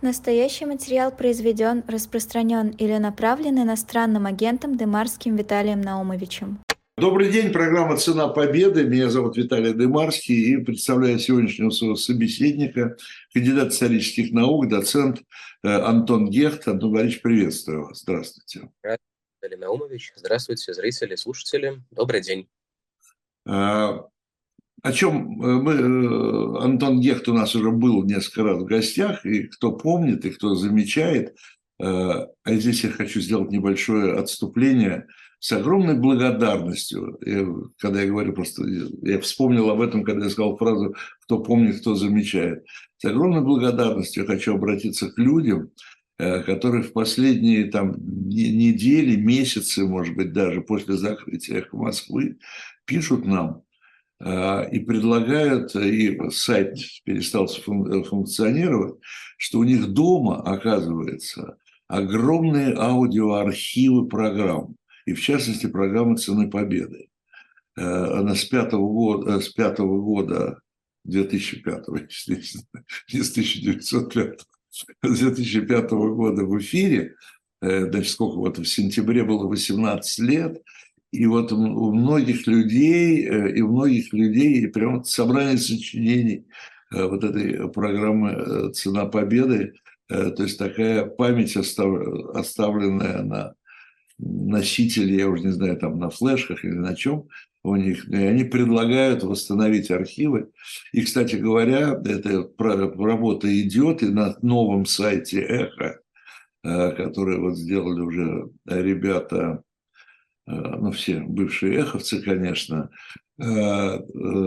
Настоящий материал произведен, распространен или направлен иностранным агентом Демарским Виталием Наумовичем. Добрый день, программа «Цена победы». Меня зовут Виталий Демарский и представляю сегодняшнего своего собеседника, кандидат исторических наук, доцент Антон Гехт. Антон Борисович, приветствую вас. Здравствуйте. Здравствуйте, Виталий Наумович. Здравствуйте, зрители, слушатели. Добрый день. О чем Антон Гехт у нас уже был несколько раз в гостях, и кто помнит, и кто замечает, а здесь я хочу сделать небольшое отступление с огромной благодарностью. Когда я говорю просто, я вспомнил об этом, когда я сказал фразу «кто помнит, кто замечает». С огромной благодарностью я хочу обратиться к людям, которые в последние недели, месяцы, может быть, даже после закрытия «Эхо Москвы» пишут нам, и предлагают, и сайт перестал функционировать, что у них дома, оказывается, огромные аудиоархивы программ, и в частности программы «Цены победы». Она с 2005 года, 2005, естественно, не с 1905, с 2005 года в эфире, значит, сколько вот в сентябре было 18 лет, и вот у многих людей, прямо собрание сочинений вот этой программы «Цена победы», то есть такая память, оставленная на носителе, я уже не знаю, там на флешках или на чем у них, и они предлагают восстановить архивы. И, кстати говоря, эта работа идет и на новом сайте «Эхо», который вот сделали уже ребята, ну, все бывшие эховцы, конечно, там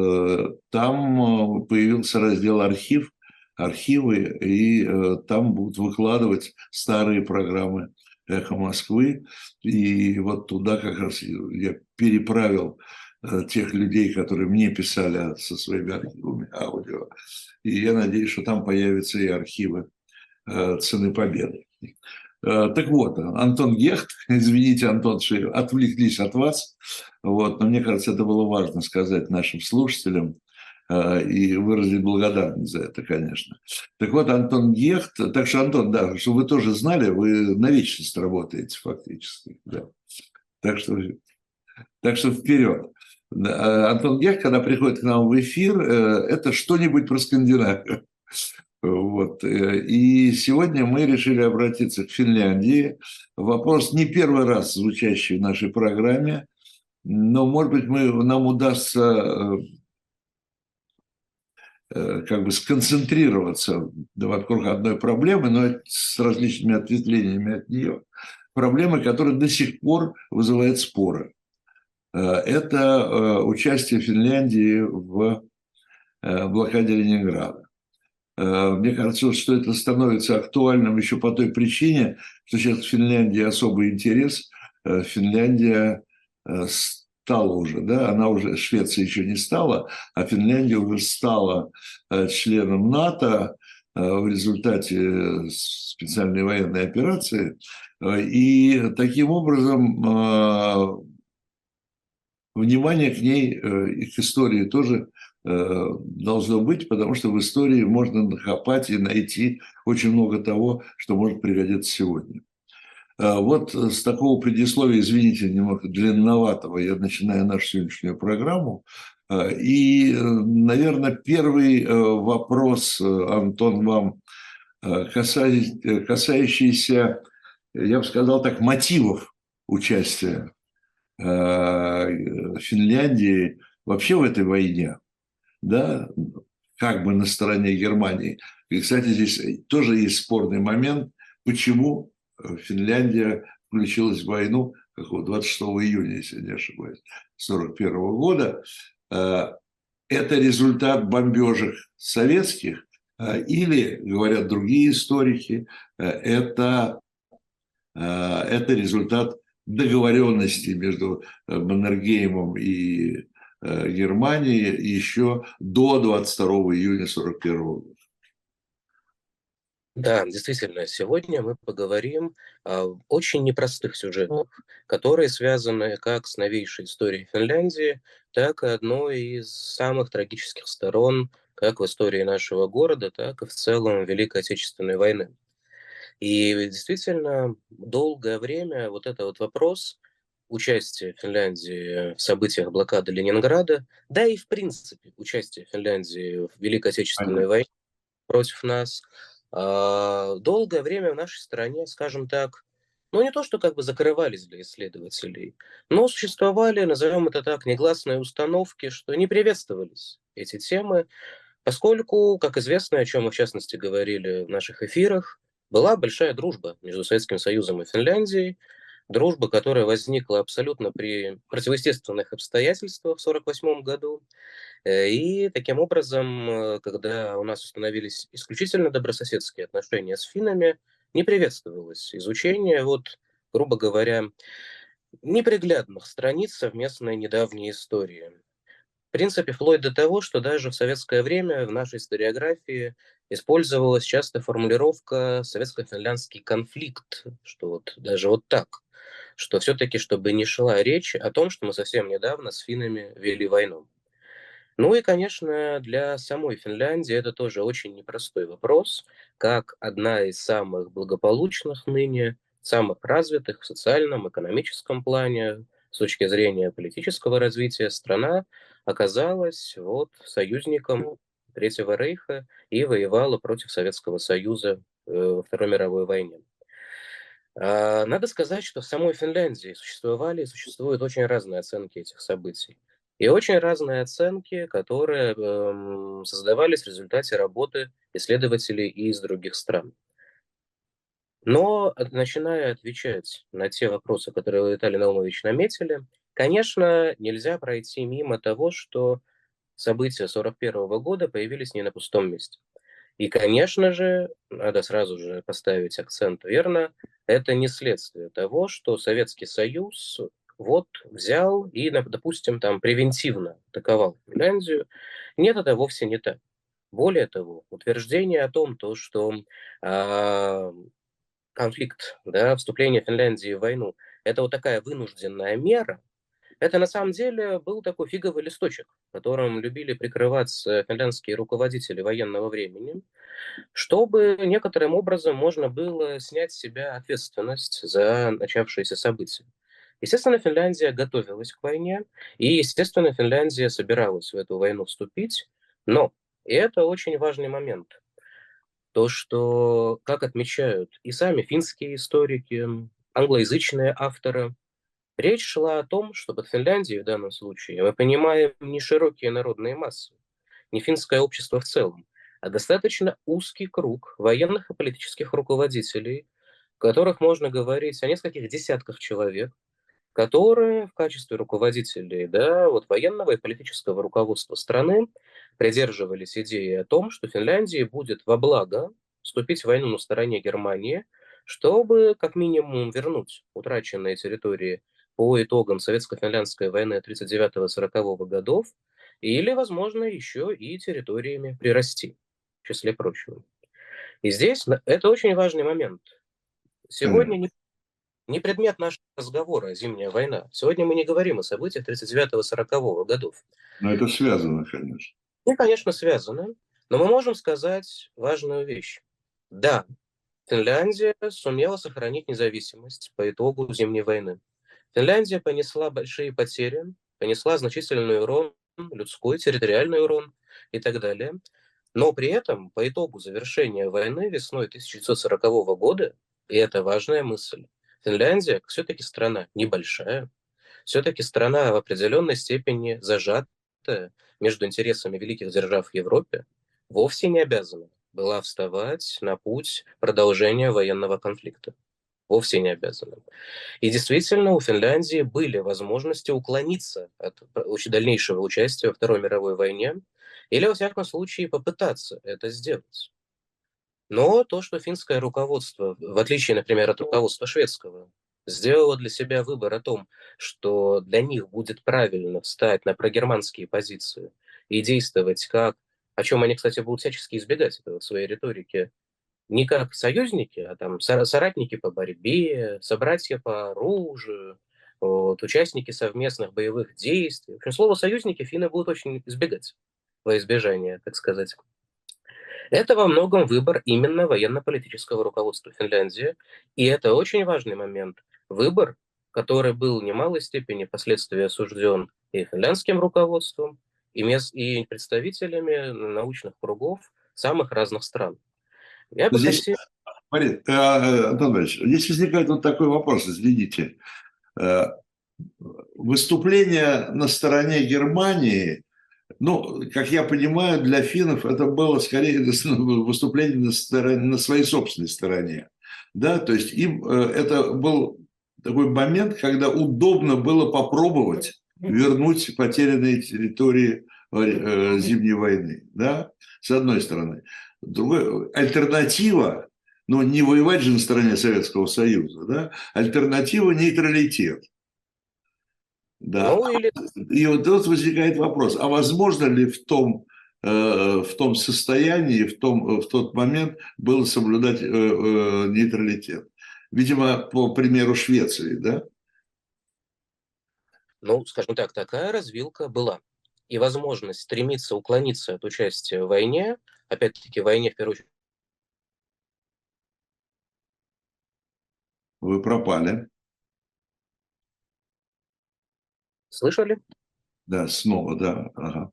появился раздел архивы, и там будут выкладывать старые программы «Эхо Москвы». И вот туда как раз я переправил тех людей, которые мне писали со своими архивами аудио. И я надеюсь, что там появятся и архивы «Цены победы». Так вот, Антон Гехт, извините, Антон, что отвлеклись от вас, вот, но мне кажется, это было важно сказать нашим слушателям и выразить благодарность за это, конечно. Так вот, Антон Гехт, так что, Антон, да, что вы тоже знали, вы на вечность работаете фактически, да. Так что вперед. Антон Гехт, когда приходит к нам в эфир, это что-нибудь про Скандинавию. Вот. И сегодня мы решили обратиться к Финляндии. Вопрос не первый раз звучащий в нашей программе, но, может быть, нам удастся как бы сконцентрироваться вокруг одной проблемы, но с различными ответвлениями от нее. Проблемы, которая до сих пор вызывает споры. Это участие Финляндии в блокаде Ленинграда. Мне кажется, что это становится актуальным еще по той причине, что сейчас в Финляндии особый интерес. Финляндия стала уже, да, она уже, Швеция еще не стала, а Финляндия уже стала членом НАТО в результате специальной военной операции. И таким образом внимание к ней и к истории тоже должно быть, потому что в истории можно накопать и найти очень много того, что может пригодиться сегодня. Вот с такого предисловия, извините, немного длинноватого, я начинаю нашу сегодняшнюю программу. И, наверное, первый вопрос, Антон, вам касающийся, я бы сказал так, мотивов участия Финляндии вообще в этой войне, да, как бы на стороне Германии. И, кстати, здесь тоже есть спорный момент, почему Финляндия включилась в войну 26 июня, если не ошибаюсь, 1941 года. Это результат бомбежек советских или, говорят другие историки, это результат договоренности между Маннергеймом и Германией еще до 22 июня 1941 года. Да, действительно, сегодня мы поговорим о очень непростых сюжетах, которые связаны как с новейшей историей Финляндии, так и одной из самых трагических сторон как в истории нашего города, так и в целом Великой Отечественной войны. И действительно, долгое время вот это вот вопрос участия Финляндии в событиях блокады Ленинграда, да и в принципе участия Финляндии в Великой Отечественной Понятно. войне против нас, долгое время в нашей стране, скажем так, ну не то, что как бы закрывались для исследователей, но существовали, назовем это так, негласные установки, что не приветствовались эти темы, поскольку, как известно, о чем мы в частности говорили в наших эфирах, была большая дружба между Советским Союзом и Финляндией, дружба, которая возникла абсолютно при противоестественных обстоятельствах в 1948 году. И таким образом, когда у нас установились исключительно добрососедские отношения с финнами, не приветствовалось изучение, вот, грубо говоря, неприглядных страниц совместной недавней истории. В принципе, вплоть до того, что даже в советское время в нашей историографии использовалась часто формулировка «советско-финляндский конфликт», что вот даже вот так, что все-таки, чтобы не шла речь о том, что мы совсем недавно с финнами вели войну. Ну и, конечно, для самой Финляндии это тоже очень непростой вопрос, как одна из самых благополучных ныне, самых развитых в социальном, экономическом плане, с точки зрения политического развития страна оказалась вот союзником Третьего Рейха и воевала против Советского Союза во Второй мировой войне. Надо сказать, что в самой Финляндии существовали и существуют очень разные оценки этих событий. И очень разные оценки, которые создавались в результате работы исследователей из других стран. Но, начиная отвечать на те вопросы, которые вы, Виталий Наумович, наметили, конечно, нельзя пройти мимо того, что события 1941 года появились не на пустом месте. И, конечно же, надо сразу же поставить акцент верно, это не следствие того, что Советский Союз вот взял и, допустим, там превентивно атаковал Финляндию. Нет, это вовсе не так. Более того, утверждение о том, то, что а, конфликт, да, вступление Финляндии в войну, это вот такая вынужденная мера, это на самом деле был такой фиговый листочек, которым любили прикрываться финляндские руководители военного времени, чтобы некоторым образом можно было снять с себя ответственность за начавшиеся события. Естественно, Финляндия готовилась к войне, и, естественно, Финляндия собиралась в эту войну вступить, но, и это очень важный момент, то, что, как отмечают и сами финские историки, англоязычные авторы, речь шла о том, что под Финляндией в данном случае мы понимаем не широкие народные массы, не финское общество в целом, а достаточно узкий круг военных и политических руководителей, в которых можно говорить о нескольких десятках человек, которые в качестве руководителей, да, вот военного и политического руководства страны придерживались идеи о том, что Финляндии будет во благо вступить в войну на стороне Германии, чтобы как минимум вернуть утраченные территории по итогам Советско-финляндской войны 1939-1940 годов, или, возможно, еще и территориями прирасти, в числе прочего. И здесь это очень важный момент. Сегодня Понятно. не предмет нашего разговора «Зимняя война». Сегодня мы не говорим о событиях 1939-1940 годов. Но это связано, конечно. И, конечно, связано, но мы можем сказать важную вещь. Да, Финляндия сумела сохранить независимость по итогу Зимней войны. Финляндия понесла большие потери, понесла значительный урон, людской, территориальный урон и так далее. Но при этом по итогу завершения войны весной 1940 года, и это важная мысль, Финляндия все-таки страна небольшая, все-таки страна в определенной степени зажатая между интересами великих держав в Европе, вовсе не обязана была вставать на путь продолжения военного конфликта. Вовсе не обязана. И действительно, у Финляндии были возможности уклониться от дальнейшего участия во Второй мировой войне или, во всяком случае, попытаться это сделать. Но то, что финское руководство, в отличие, например, от руководства шведского, сделало для себя выбор о том, что для них будет правильно встать на прогерманские позиции и действовать как, о чем они, кстати, будут всячески избегать этого в своей риторике, не как союзники, а там соратники по борьбе, собратья по оружию, вот, участники совместных боевых действий. В общем, слово «союзники» финны будут очень избегать во избежание, так сказать. Это во многом выбор именно военно-политического руководства Финляндии. И это очень важный момент. Выбор, который был в немалой степени впоследствии осужден и финляндским руководством, и представителями научных кругов самых разных стран. Я бы Здесь, хотел... смотри, Антон Иванович, здесь возникает вот такой вопрос, извините. Э, Выступление на стороне Германии, ну, как я понимаю, для финнов это было скорее выступление на своей собственной стороне. Да, то есть им это был такой момент, когда удобно было попробовать вернуть потерянные территории Зимней войны. Да, с одной стороны. Другой, альтернатива, ну, не воевать же на стороне Советского Союза, да, альтернатива нейтралитет. Да. Ну, или И вот тут возникает вопрос, а возможно ли в том состоянии, в тот момент было соблюдать нейтралитет? Видимо, по примеру Швеции, да? ну, скажем так, такая развилка была. И возможность стремиться уклониться от участия в войне, опять-таки, в войне, в первую очередь, Вы пропали. слышали? Да, снова, да. Ага.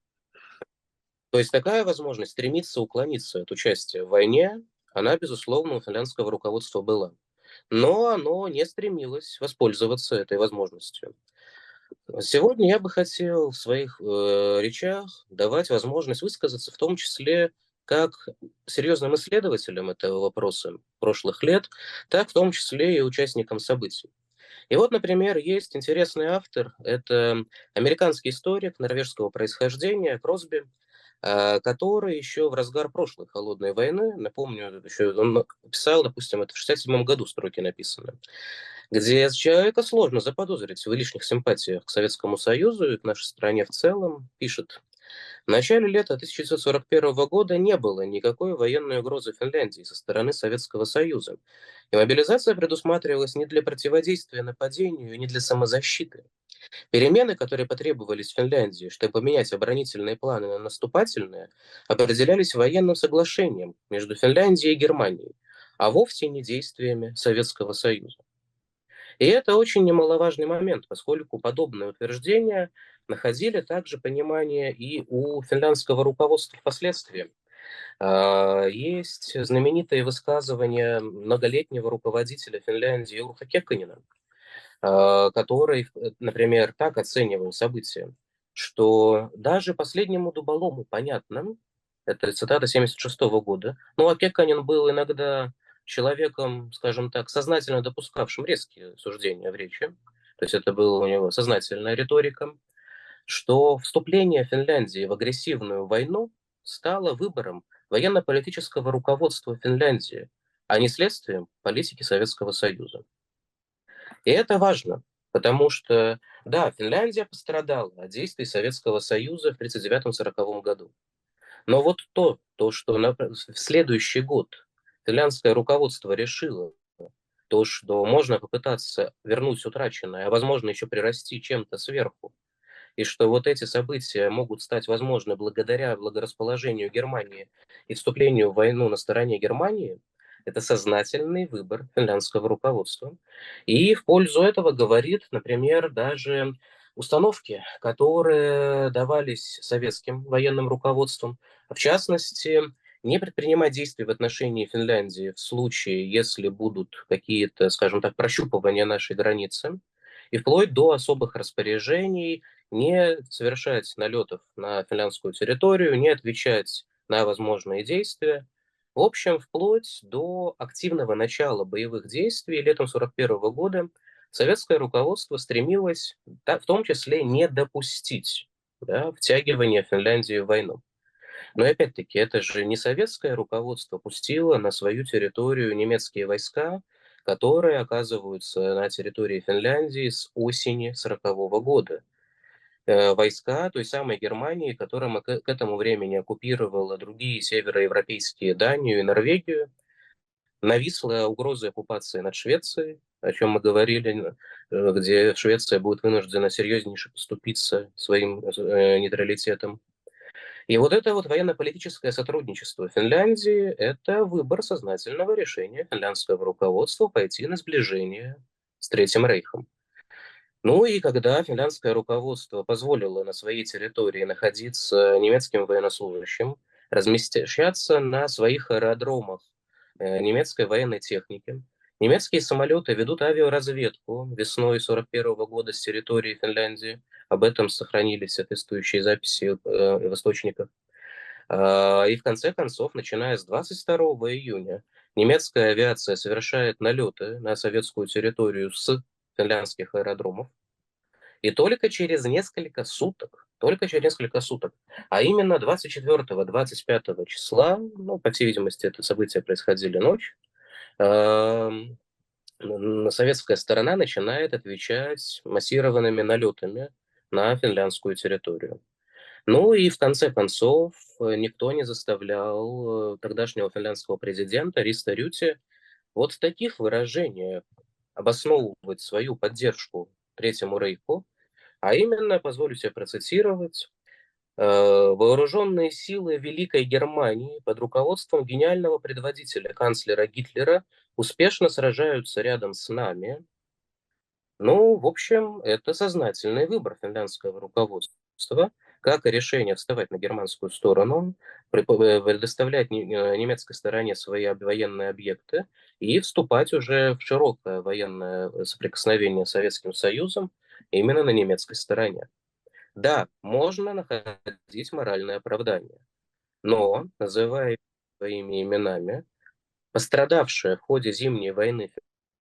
То есть такая возможность стремиться уклониться от участия в войне, она, безусловно, у финляндского руководства была. Но оно не стремилось воспользоваться этой возможностью. Сегодня я бы хотел в своих речах давать возможность высказаться, в том числе как серьезным исследователям этого вопроса прошлых лет, так в том числе и участникам событий. И вот, например, есть интересный автор, это американский историк норвежского происхождения Кросби, который еще в разгар прошлой холодной войны, напомню, еще он писал, допустим, это в 1967 году строки написаны, где человека сложно заподозрить в лишних симпатиях к Советскому Союзу и к нашей стране в целом, пишет: в начале лета 1941 года не было никакой военной угрозы Финляндии со стороны Советского Союза, и мобилизация предусматривалась не для противодействия нападению, не для самозащиты. Перемены, которые потребовались Финляндии, чтобы поменять оборонительные планы на наступательные, определялись военным соглашением между Финляндией и Германией, а вовсе не действиями Советского Союза. И это очень немаловажный момент, поскольку подобные утверждения находили также понимание и у финляндского руководства впоследствии. Есть знаменитые высказывания многолетнего руководителя Финляндии Урха Кекконена, который, например, так оценивал события, что даже последнему дуболому понятно, это цитата 1976 года, ну, а Кекконен был иногда человеком, скажем так, сознательно допускавшим резкие суждения в речи, то есть это была у него сознательная риторика, что вступление Финляндии в агрессивную войну стало выбором военно-политического руководства Финляндии, а не следствием политики Советского Союза. И это важно, потому что, да, Финляндия пострадала от действий Советского Союза в 1939-1940 году. Но вот то, что в следующий год финляндское руководство решило, то, что можно попытаться вернуть утраченное, а возможно еще прирасти чем-то сверху, и что вот эти события могут стать возможны благодаря благорасположению Германии и вступлению в войну на стороне Германии, это сознательный выбор финляндского руководства. И в пользу этого говорит, например, даже установки, которые давались советским военным руководством. В частности, не предпринимать действий в отношении Финляндии в случае, если будут какие-то, скажем так, прощупывания нашей границы, и вплоть до особых распоряжений не совершать налетов на финляндскую территорию, не отвечать на возможные действия. В общем, вплоть до активного начала боевых действий летом 1941 года советское руководство стремилось в том числе не допустить, да, втягивания Финляндии в войну. Но опять-таки, это же не советское руководство пустило на свою территорию немецкие войска, которые оказываются на территории Финляндии с осени 1940 года. Войска той самой Германии, которая к этому времени оккупировала другие североевропейские Данию и Норвегию, нависла угроза оккупации над Швецией, о чем мы говорили, где Швеция будет вынуждена серьезнейше поступиться своим нейтралитетом. И вот это вот военно-политическое сотрудничество Финляндии – это выбор сознательного решения финляндского руководства пойти на сближение с Третьим Рейхом. Ну и когда финляндское руководство позволило на своей территории находиться немецким военнослужащим, размещаться на своих аэродромах немецкой военной техники, немецкие самолеты ведут авиаразведку весной 1941 года с территории Финляндии. Об этом сохранились соответствующие записи в источниках. И в конце концов, начиная с 22 июня, немецкая авиация совершает налеты на советскую территорию с финляндских аэродромов. И только через несколько суток, а именно 24-25 числа, ну, по всей видимости, это события происходили ночь, советская сторона начинает отвечать массированными налетами на финляндскую территорию. Ну и в конце концов никто не заставлял тогдашнего финляндского президента Риста Рюти вот в таких выражениях обосновывать свою поддержку Третьему Рейху, а именно, позволю себе процитировать, вооруженные силы Великой Германии под руководством гениального предводителя, канцлера Гитлера, успешно сражаются рядом с нами. Ну, в общем, это сознательный выбор финляндского руководства, как и решение вставать на германскую сторону, предоставлять немецкой стороне свои военные объекты и вступать уже в широкое военное соприкосновение с Советским Союзом именно на немецкой стороне. Да, можно находить моральное оправдание, но, называя своими именами, пострадавшая в ходе Зимней войны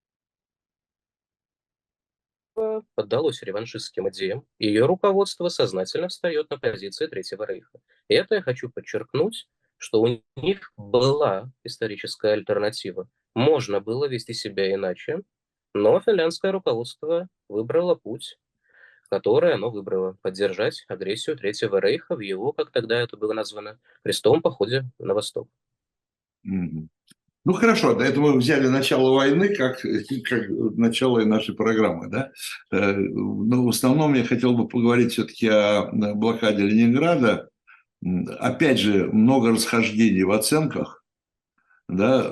поддалось реваншистским идеям, и ее руководство сознательно встает на позиции Третьего Рейха. И это я хочу подчеркнуть, что у них была историческая альтернатива. Можно было вести себя иначе, но финляндское руководство выбрало путь, который оно выбрало – поддержать агрессию Третьего Рейха в его, как тогда это было названо, крестовом походе на восток. Мгм. Ну хорошо, до этого мы взяли начало войны как начало нашей программы, да? Но в основном я хотел бы поговорить все-таки о блокаде Ленинграда. Опять же, много расхождений в оценках, да,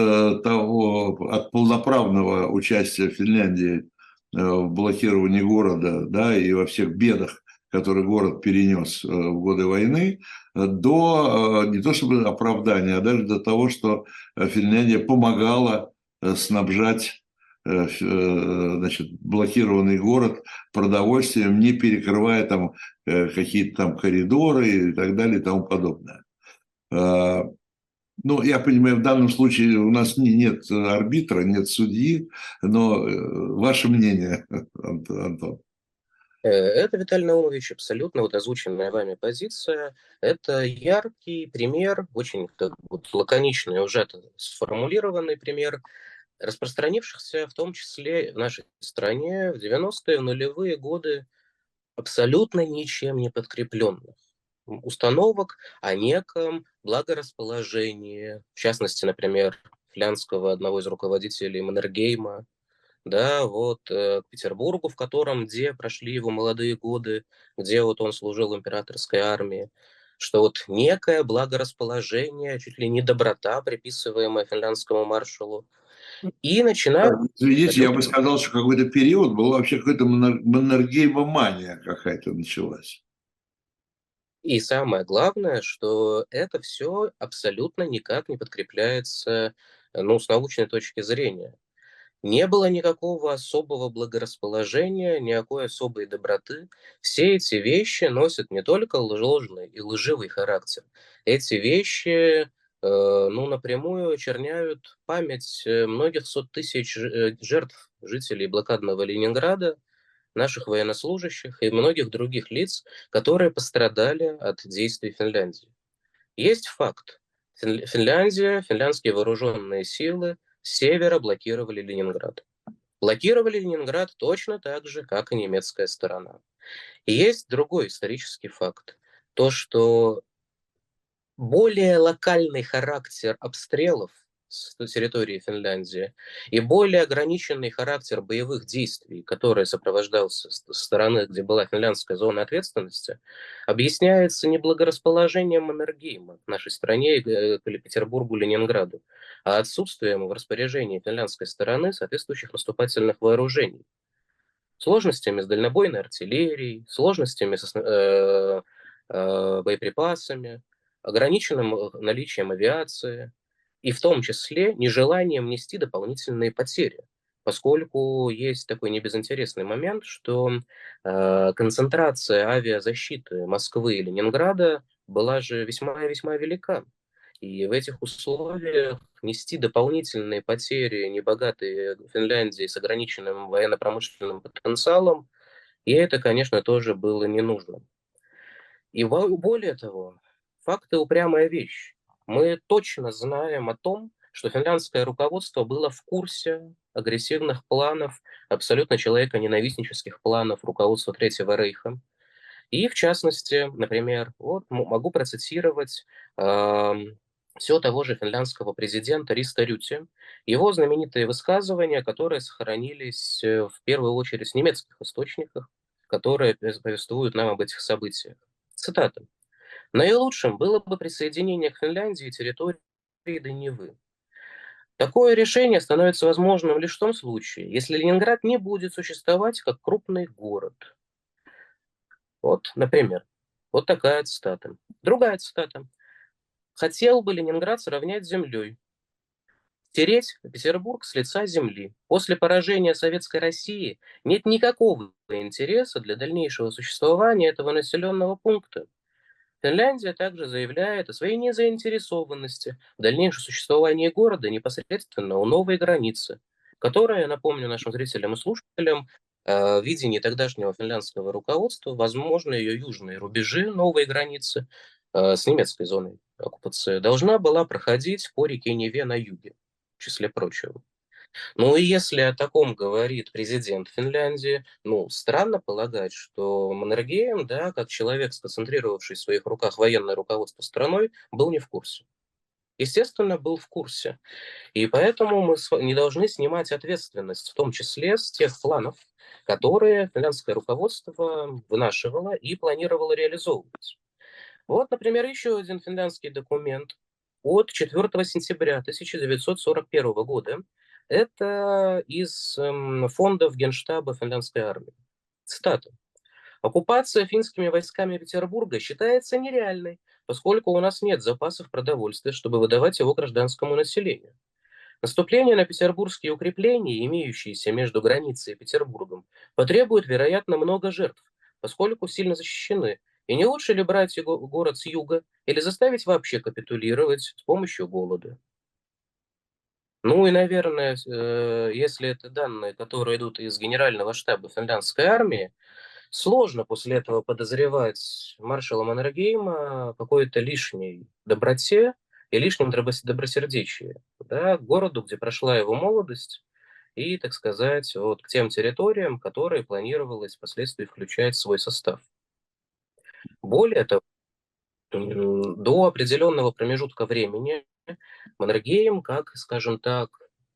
от полноправного участия Финляндии в блокировании города, да, и во всех бедах, которые город перенес в годы войны, до не то чтобы оправдания, а даже до того, что Финляндия помогала снабжать значит, блокированный город продовольствием, не перекрывая там какие-то там коридоры и так далее и тому подобное. Ну, я понимаю, в данном случае у нас нет арбитра, нет судьи, но ваше мнение, Антон? Это, Виталий Наумович, абсолютно вот озвученная вами позиция. Это яркий пример, очень вот, лаконичный, ужато сформулированный пример, распространившихся в том числе в нашей стране в 90-е, в нулевые годы абсолютно ничем не подкрепленных установок о неком благорасположении, в частности, например, финляндского одного из руководителей Маннергейма, да, вот к Петербургу, в котором, где прошли его молодые годы, где вот он служил в императорской армии, что вот некое благорасположение, чуть ли не доброта, приписываемая финляндскому маршалу, и начинают Извините, я люди. бы сказал, что какой-то период была вообще какая-то маннергеймомания какая-то началась. И самое главное, что это все абсолютно никак не подкрепляется, ну, с научной точки зрения. Не было никакого особого благорасположения, никакой особой доброты. Все эти вещи носят не только ложный и лживый характер. Эти вещи, ну, напрямую очерняют память многих сот тысяч жертв жителей блокадного Ленинграда, наших военнослужащих и многих других лиц, которые пострадали от действий Финляндии. Есть факт. Финляндия, финляндские вооруженные силы с севера блокировали Ленинград. Блокировали Ленинград точно так же, как и немецкая сторона. И есть другой исторический факт. То, что более локальный характер обстрелов с территории Финляндии и более ограниченный характер боевых действий, который сопровождался со стороны, где была финляндская зона ответственности, объясняется не благорасположением Маннергейма к нашей стране, к Петербургу, Ленинграду, а отсутствием в распоряжении финляндской стороны соответствующих наступательных вооружений, сложностями с дальнобойной артиллерией, сложностями с боеприпасами, ограниченным наличием авиации и в том числе нежеланием нести дополнительные потери, поскольку есть такой небезынтересный момент, что концентрация авиазащиты Москвы и Ленинграда была же весьма и весьма велика. И в этих условиях нести дополнительные потери небогатой Финляндии с ограниченным военно-промышленным потенциалом, и это, конечно, тоже было не нужно. И более того, факты – упрямая вещь. Мы точно знаем о том, что финляндское руководство было в курсе агрессивных планов, абсолютно человеконенавистнических планов руководства Третьего Рейха. И в частности, например, вот могу процитировать все того же финляндского президента Риста Рюти, его знаменитые высказывания, которые сохранились в первую очередь в немецких источниках, которые повествуют нам об этих событиях. Цитата. «Наилучшим было бы присоединение к Финляндии территории до Невы. Такое решение становится возможным лишь в том случае, если Ленинград не будет существовать как крупный город». Вот, например, вот такая цитата. Другая цитата. «Хотел бы Ленинград сравнять с землей, стереть Петербург с лица земли. После поражения Советской России нет никакого интереса для дальнейшего существования этого населенного пункта. Финляндия также заявляет о своей незаинтересованности в дальнейшем существовании города непосредственно у новой границы, которая, напомню нашим зрителям и слушателям, в видении тогдашнего финляндского руководства, возможно, ее южные рубежи новой границы с немецкой зоной оккупации должна была проходить по реке Неве на юге, в числе прочего. Ну и если о таком говорит президент Финляндии, ну, странно полагать, что Маннергейм, да, как человек, сконцентрировавший в своих руках военное руководство страной, был не в курсе. Естественно, был в курсе. И поэтому мы не должны снимать ответственность, в том числе с тех планов, которые финляндское руководство вынашивало и планировало реализовывать. Вот, например, еще один финляндский документ от 4 сентября 1941 года. Это из фондов Генштаба финляндской армии. Цитата. «Оккупация финскими войсками Петербурга считается нереальной, поскольку у нас нет запасов продовольствия, чтобы выдавать его гражданскому населению. Наступление на петербургские укрепления, имеющиеся между границей и Петербургом, потребует, вероятно, много жертв, поскольку сильно защищены. И не лучше ли брать город с юга или заставить вообще капитулировать с помощью голода?» Ну и, наверное, если это данные, которые идут из Генерального штаба финляндской армии, сложно после этого подозревать маршала Маннергейма какой-то лишней доброте и лишнем добросердечии, да, к городу, где прошла его молодость, и, так сказать, вот к тем территориям, которые планировалось впоследствии включать в свой состав. Более того, до определенного промежутка времени Маннергейм, как, скажем так,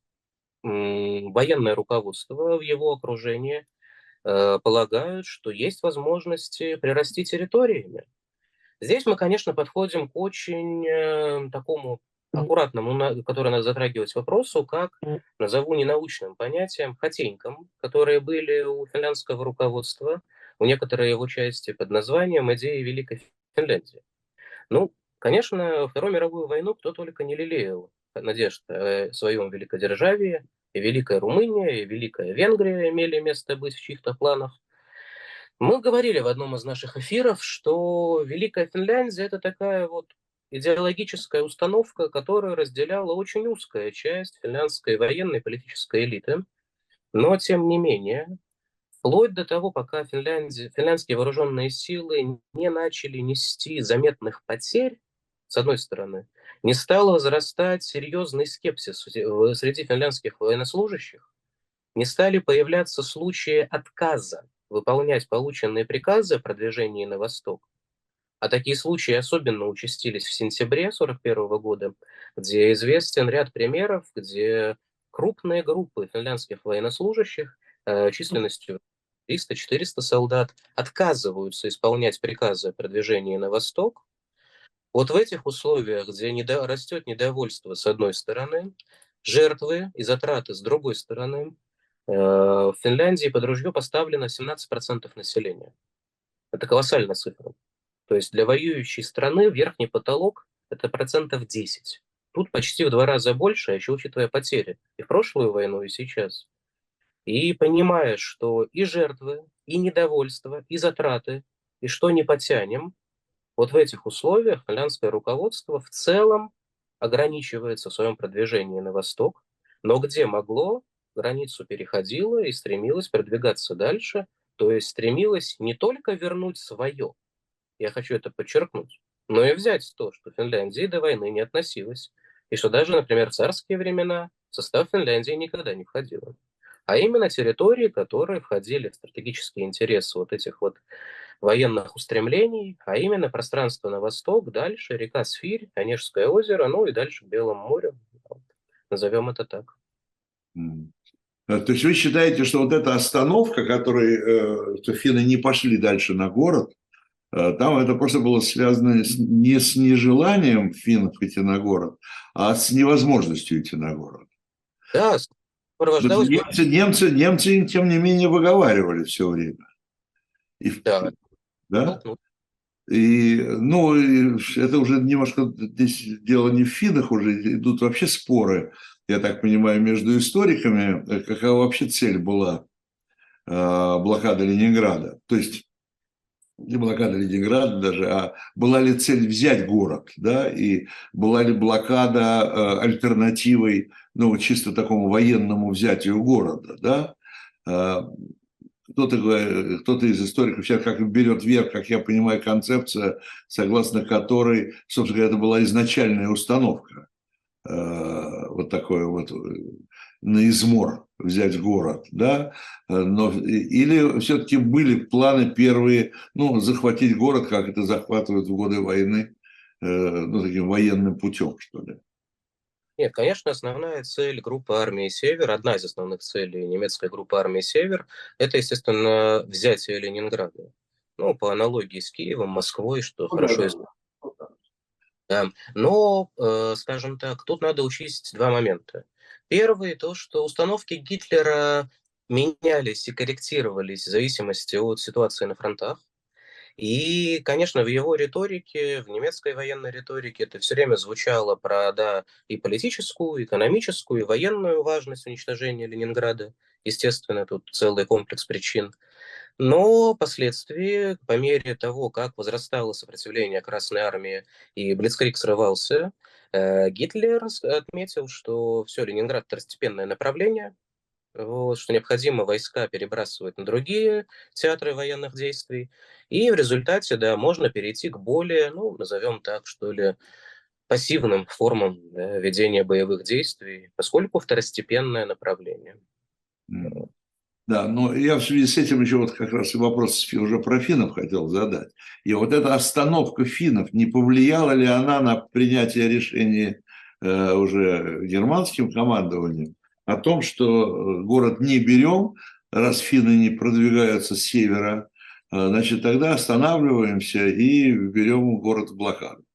военное руководство в его окружении полагают, что есть возможности прирасти территориями. Здесь мы, конечно, подходим к очень такому аккуратному, который надо затрагивать вопросу, как, назову ненаучным понятием, хотенькам, которые были у финляндского руководства, у некоторой его части под названием «Идеи Великой Финляндии». Ну, конечно, во Вторую мировую войну кто только не лелеял надежд о своем великодержавии, и Великая Румыния, и Великая Венгрия имели место быть в чьих-то планах. Мы говорили в одном из наших эфиров, что Великая Финляндия – это такая вот идеологическая установка, которую разделяла очень узкая часть финляндской военной и политической элиты. Но, тем не менее, вплоть до того, пока финляндские вооруженные силы не начали нести заметных потерь, с одной стороны, не стал возрастать серьезный скепсис среди финляндских военнослужащих, не стали появляться случаи отказа выполнять полученные приказы о продвижении на восток, А такие случаи особенно участились в сентябре 1941 года, где известен ряд примеров, где крупные группы финляндских военнослужащих численностью 300-400 солдат отказываются исполнять приказы о продвижении на восток. Вот в этих условиях, где растет недовольство с одной стороны, жертвы и затраты с другой стороны, в Финляндии под ружье поставлено 17% населения. Это колоссальная цифра. То есть для воюющей страны верхний потолок – это 10%. Тут почти в 2 раза больше, а еще учитывая потери и в прошлую войну, и сейчас. И понимая, что и жертвы, и недовольство, и затраты, и что не потянем, вот в этих условиях финляндское руководство в целом ограничивается в своем продвижении на восток, но где могло, границу переходило и стремилось продвигаться дальше, то есть стремилось не только вернуть свое, я хочу это подчеркнуть, но и взять то, что Финляндия до войны не относилась, и что даже, например, в царские времена в состав Финляндии никогда не входило. А именно территории, которые входили в стратегические интересы вот этих вот военных устремлений, а именно пространство на восток, дальше река Сфирь, Онежское озеро, ну и дальше к Белому морю. Вот. Назовем это так. То есть вы считаете, что вот эта остановка, что финны не пошли дальше на город, там это просто было связано не с нежеланием финнов идти на город, а с невозможностью идти на город? Да, сопровождалось... Немцы, тем не менее, выговаривали все время. Да. Да? И это уже немножко, здесь дело не в финнах, уже идут вообще споры, я так понимаю, между историками, какая вообще цель была блокады Ленинграда. То есть не блокада Ленинграда даже, а была ли цель взять город, да, и была ли блокада альтернативой, чисто такому военному взятию города, да. Кто-то из историков сейчас как берет вверх, как я понимаю, концепция, согласно которой, собственно говоря, это была изначальная установка, вот такое вот на измор взять город, да, или все-таки были планы первые, захватить город, как это захватывают в годы войны, таким военным путем, что ли. Нет, конечно, основная цель группы армии «Север», одна из основных целей немецкой группы армии «Север», это, естественно, взятие Ленинграда. По аналогии с Киевом, Москвой, что хорошо известно. Да. Но, скажем так, тут надо учесть 2 момента. Первый, то, что установки Гитлера менялись и корректировались в зависимости от ситуации на фронтах. И, конечно, в его риторике, в немецкой военной риторике это все время звучало про, да, и политическую, и экономическую, и военную важность уничтожения Ленинграда. Естественно, тут целый комплекс причин. Но впоследствии, по мере того, как возрастало сопротивление Красной Армии и Блицкриг срывался, Гитлер отметил, что все, Ленинград – второстепенное направление, вот, что необходимо войска перебрасывать на другие театры военных действий. И в результате, да, можно перейти к более, назовем так, что ли, пассивным формам, да, ведения боевых действий, поскольку второстепенное направление. Да, но я в связи с этим еще вот как раз и вопрос уже про финнов хотел задать. И вот эта остановка финнов, не повлияла ли она на принятие решения уже германским командованием о том, что город не берем, раз финны не продвигаются с севера, значит, тогда останавливаемся и берем город в блокаду?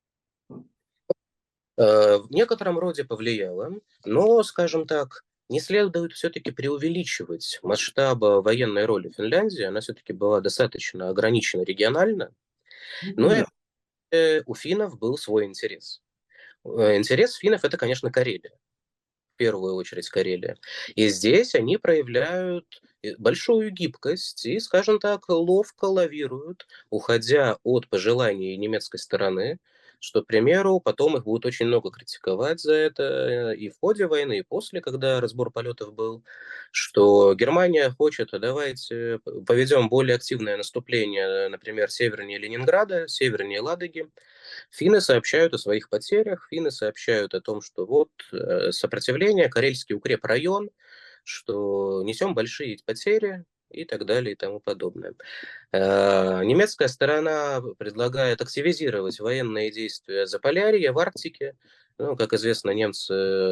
В некотором роде повлияло, но, скажем так, не следует все-таки преувеличивать масштаба военной роли Финляндии. Она все-таки была достаточно ограничена регионально. Но у финнов был свой интерес. Интерес финнов – это, конечно, Карелия. В первую очередь Карелия. И здесь они проявляют большую гибкость и, скажем так, ловко лавируют, уходя от пожеланий немецкой стороны, что, к примеру, потом их будут очень много критиковать за это и в ходе войны, и после, когда разбор полетов был, что Германия хочет, давайте поведем более активное наступление, например, севернее Ленинграда, севернее Ладоги. Финны сообщают о своих потерях, финны сообщают о том, что вот сопротивление, Карельский укрепрайон, что несем большие потери, и так далее и тому подобное. Немецкая сторона предлагает активизировать военные действия Заполярья в Арктике. Ну, как известно, немцы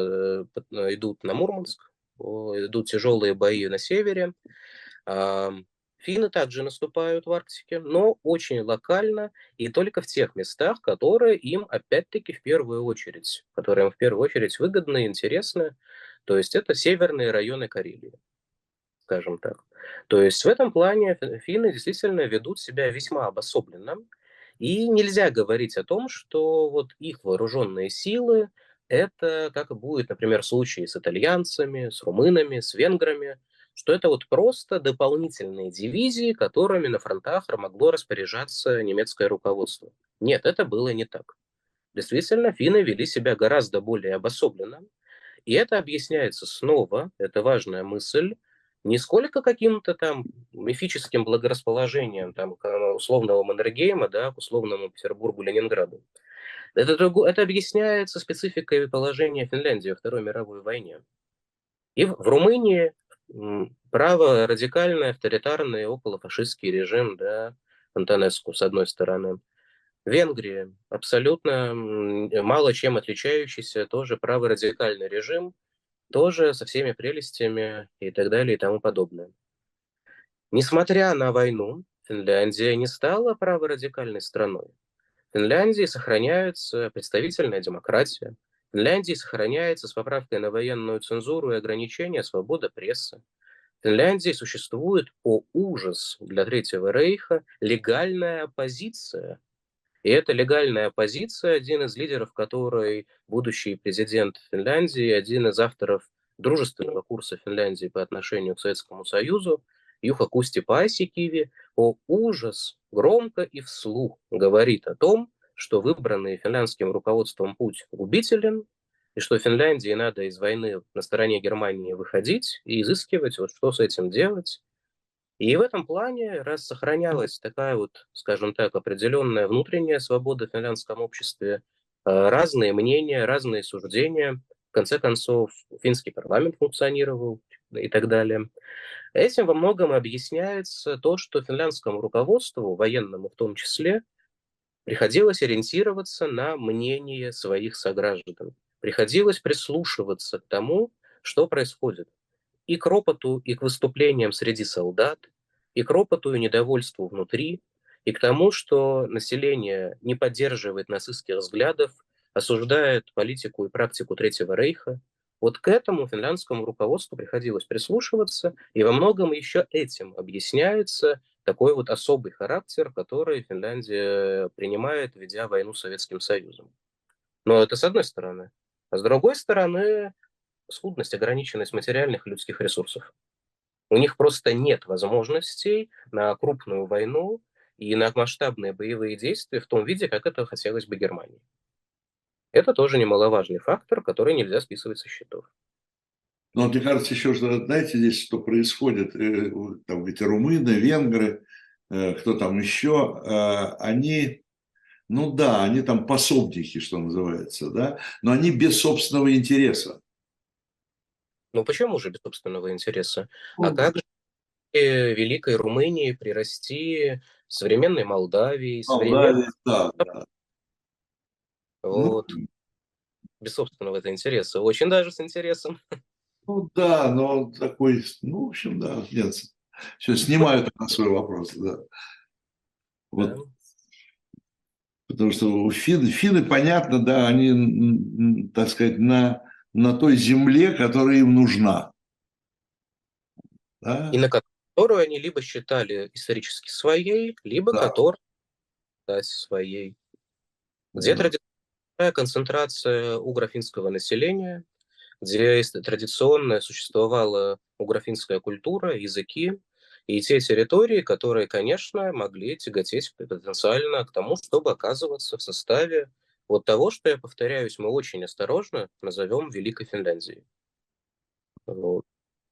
идут на Мурманск, идут тяжелые бои на севере. Финны также наступают в Арктике, но очень локально и только в тех местах, которые им, опять-таки, которые им в первую очередь выгодны и интересны. То есть это северные районы Карелии, скажем так. То есть в этом плане финны действительно ведут себя весьма обособленно. И нельзя говорить о том, что вот их вооруженные силы, это как и будет, например, в случае с итальянцами, с румынами, с венграми, что это вот просто дополнительные дивизии, которыми на фронтах могло распоряжаться немецкое руководство. Нет, это было не так. Действительно, финны вели себя гораздо более обособленно, и это объясняется снова, это важная мысль, не сколько каким-то там мифическим благорасположением там, к условного Маннергейма, да, к условному Петербургу, Ленинграду. Это объясняется спецификой положения Финляндии во Второй мировой войне. И в Румынии право радикальный, авторитарный, околофашистский режим, да, Антонеску, с одной стороны. Венгрия абсолютно мало чем отличающийся, тоже праворадикальный режим, тоже со всеми прелестями и так далее и тому подобное. Несмотря на войну, Финляндия не стала праворадикальной страной. В Финляндии сохраняется представительная демократия. В Финляндии сохраняется, с поправкой на военную цензуру и ограничения, свобода прессы. В Финляндии существует, о ужас для Третьего Рейха, легальная оппозиция. И эта легальная оппозиция, один из лидеров которой будущий президент Финляндии, один из авторов дружественного курса Финляндии по отношению к Советскому Союзу, Юха Кусти Паасикиви, о ужас, громко и вслух говорит о том, что выбранный финляндским руководством путь губителен, и что Финляндии надо из войны на стороне Германии выходить и изыскивать, вот что с этим делать. И в этом плане, раз сохранялась такая вот, скажем так, определенная внутренняя свобода в финляндском обществе, разные мнения, разные суждения, в конце концов, финский парламент функционировал и так далее. Этим во многом объясняется то, что финляндскому руководству, военному в том числе, приходилось ориентироваться на мнение своих сограждан, приходилось прислушиваться к тому, что происходит, и к ропоту, и к выступлениям среди солдат, и к ропоту и недовольству внутри, и к тому, что население не поддерживает нацистских взглядов, осуждает политику и практику Третьего Рейха. Вот к этому финляндскому руководству приходилось прислушиваться, и во многом еще этим объясняется такой вот особый характер, который Финляндия принимает, ведя войну с Советским Союзом. Но это с одной стороны. А с другой стороны, скудность, ограниченность материальных и людских ресурсов. У них просто нет возможностей на крупную войну и на масштабные боевые действия в том виде, как это хотелось бы Германии. Это тоже немаловажный фактор, который нельзя списывать со счетов. Но мне кажется, еще, что, знаете, здесь что происходит, там эти румыны, венгры, кто там еще, они, ну да, они там пособники, что называется, да, но они без собственного интереса. Ну почему же без собственного интереса? А Ну, как же Великой Румынии прирасти современной Молдавии, современной... Молдавия, да, да. Ну, Вот, без собственного это интереса. Очень даже с интересом. ну да, но такой, ну, в общем, да, нет, все, снимаю на свой вопрос, да. Да. Вот, потому что у финны, понятно, да, они, так сказать, на той земле, которая им нужна. И Да, на которую они либо считали исторически своей, либо да, которую считать своей. Где да. традиционная концентрация угро-финского населения, где традиционно существовала угро-финская культура, языки и те территории, которые, конечно, могли тяготеть потенциально к тому, чтобы оказываться в составе вот того, что, я повторяюсь, мы очень осторожно назовем Великой Финляндией. Вот.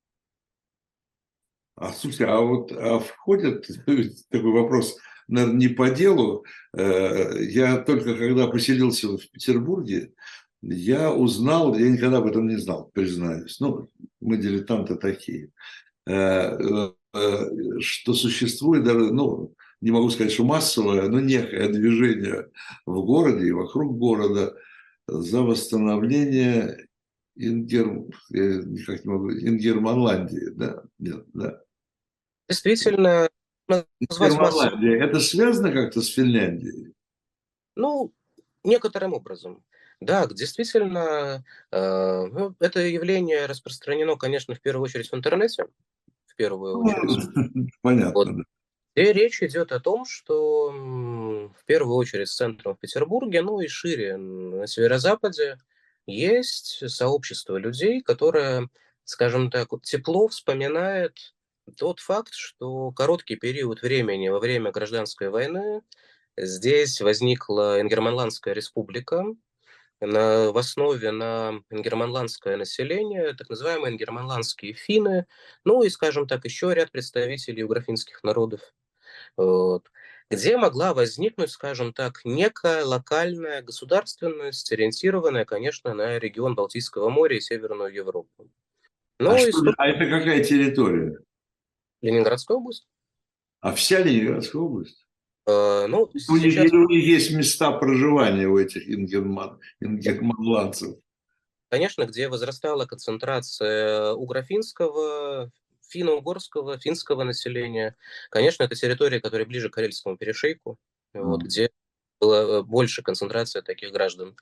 Слушайте, входит такой вопрос, наверное, не по делу. Я только когда поселился в Петербурге, я узнал, я никогда об этом не знал, признаюсь. Ну, мы дилетанты такие. что существует даже, ну, не могу сказать, что массовое, но некое движение в городе и вокруг города за восстановление я никак не могу, Ингерманландии, да, нет, да. Действительно, назвать массово, Ингерманландия, это связано как-то с Финляндией? ну, некоторым образом. Да, действительно, ну, это явление распространено, конечно, в первую очередь в интернете, в первую Ну, очередь. Вот. понятно, да. И речь идет о том, что в первую очередь с центром в Петербурге, ну и шире на северо-западе есть сообщество людей, которое, скажем так, вот тепло вспоминает тот факт, что короткий период времени во время гражданской войны здесь возникла Ингерманландская республика, в основе на ингерманландское население, так называемые ингерманландские финны, ну и, скажем так, еще ряд представителей югрофинских народов. Вот. Где могла возникнуть, скажем так, некая локальная государственность, ориентированная, конечно, на регион Балтийского моря и Северную Европу. Ну, история А это какая территория? Ленинградской области. А вся Ленинградская область? Ну, У них, сейчас, или у них есть места проживания у этих ингерманландцев? конечно, где возрастала концентрация угрофинского, финно-угорского, финского населения. Конечно, это территория, которая ближе к Карельскому перешейку, вот, где была больше концентрация таких граждан.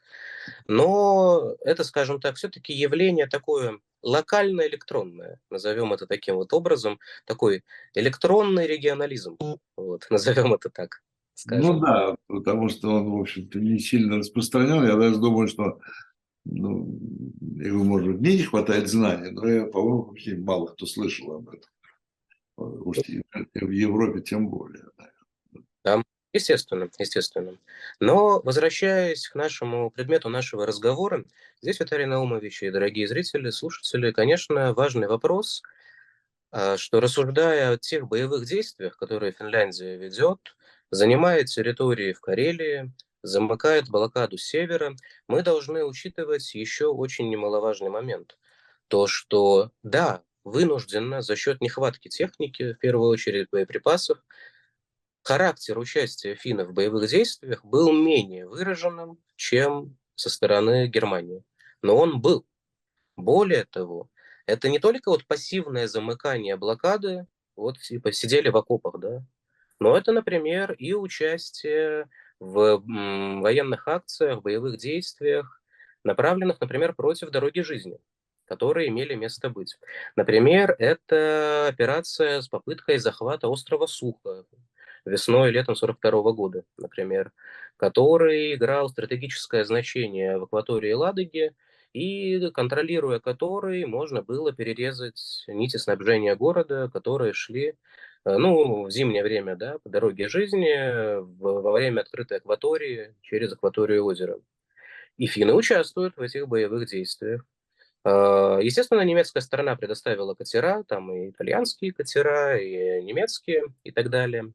Но это, скажем так, все-таки явление такое локально-электронное, назовем это таким вот образом, такой электронный регионализм, вот, назовем это так, Ну скажем. да, потому что он, в общем-то, не сильно распространен. Я даже думаю, что, ну, его, может быть, мне не хватает знаний, но я, по-моему, вообще мало кто слышал об этом. Уж в Европе тем более. Да. Да, естественно, естественно. Но, возвращаясь к нашему предмету нашего разговора, здесь, Виталий Наумович и дорогие зрители, слушатели, конечно, важный вопрос, что, рассуждая о тех боевых действиях, которые Финляндия ведет, занимает территории в Карелии, замыкает блокаду севера, мы должны учитывать еще очень немаловажный момент. То, что, да, вынужденно за счет нехватки техники, в первую очередь боеприпасов, характер участия финнов в боевых действиях был менее выраженным, чем со стороны Германии. Но он был. Более того, это не только вот пассивное замыкание блокады, вот типа сидели в окопах, да, но это, например, и участие в военных акциях, боевых действиях, направленных, например, против дороги жизни, которые имели место быть. Например, это операция с попыткой захвата острова Суха весной и летом 1942 года, например, который играл стратегическое значение в акватории Ладоги, и контролируя который, можно было перерезать нити снабжения города, которые шли ну, в зимнее время, да, по дороге жизни, во время открытой акватории, через акваторию озера. И финны участвуют в этих боевых действиях. Естественно, немецкая сторона предоставила катера, там и итальянские катера, и немецкие, и так далее.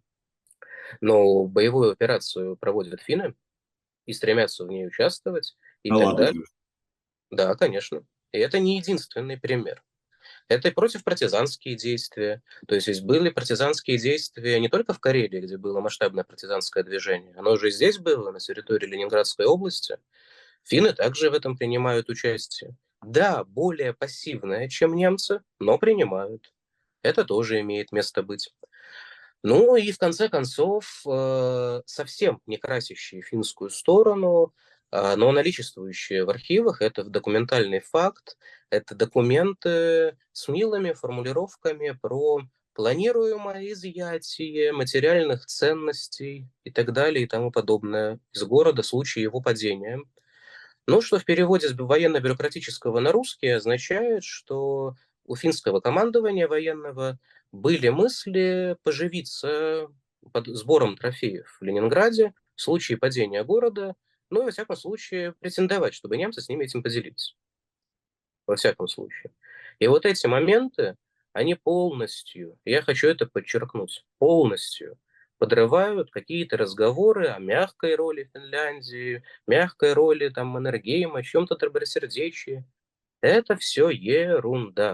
Но боевую операцию проводят финны и стремятся в ней участвовать, и Да так далее. ладно. Да, конечно. И это не единственный пример. Это и против партизанские действия. То есть были партизанские действия не только в Карелии, где было масштабное партизанское движение, оно уже и здесь было, на территории Ленинградской области. Финны также в этом принимают участие. Да, более пассивное, чем немцы, но принимают. Это тоже имеет место быть. Ну и в конце концов, совсем не красящие финскую сторону, но наличествующие в архивах, это документальный факт, это документы с милыми формулировками про планируемое изъятие материальных ценностей и так далее и тому подобное из города в случае его падения. Ну, что в переводе с военно-бюрократического на русский означает, что у финского командования военного были мысли поживиться под сбором трофеев в Ленинграде в случае падения города, ну и, во всяком случае, претендовать, чтобы немцы с ними этим поделились. Во всяком случае. И вот эти моменты, они полностью, я хочу это подчеркнуть, полностью подрывают какие-то разговоры о мягкой роли Финляндии, мягкой роли там Маннергейма, о чем-то добросердечии. Это все ерунда.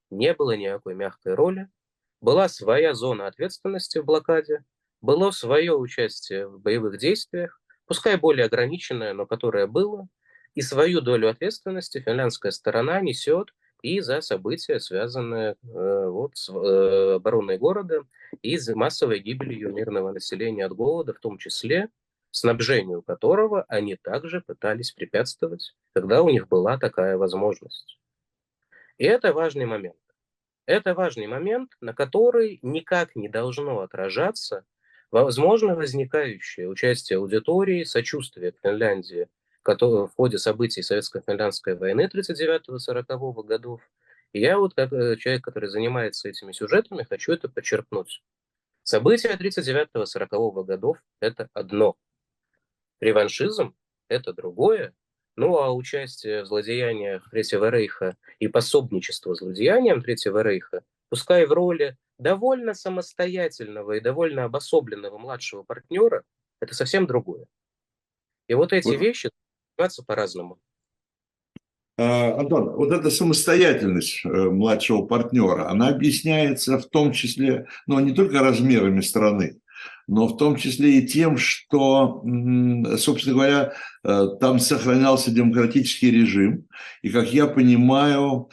не было никакой мягкой роли, была своя зона ответственности в блокаде, было свое участие в боевых действиях, пускай более ограниченное, но которое было, и свою долю ответственности финляндская сторона несет и за события, связанные с обороной города и за массовой гибелью мирного населения от голода, в том числе снабжению которого они также пытались препятствовать, когда у них была такая возможность. И это важный момент. Это важный момент, на который никак не должно отражаться возможно возникающее участие аудитории, сочувствие к Финляндии в ходе событий Советско-финляндской войны 1939-1940 годов. И я вот как человек, который занимается этими сюжетами, хочу это подчеркнуть. События 1939-1940 годов – это одно. Реваншизм – это другое. Ну а участие в злодеяниях Третьего Рейха и пособничество злодеяниям Третьего Рейха, пускай в роли довольно самостоятельного и довольно обособленного младшего партнера, это совсем другое. И вот эти Вот, вещи называются по-разному. Антон, вот эта самостоятельность младшего партнера, она объясняется в том числе, ну, не только размерами страны, но в том числе и тем, что, собственно говоря, там сохранялся демократический режим, и, как я понимаю,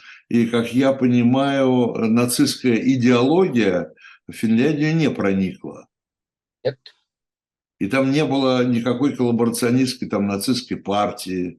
нацистская идеология в Финляндию не проникла. Нет. И там не было никакой коллаборационистской, там, нацистской партии.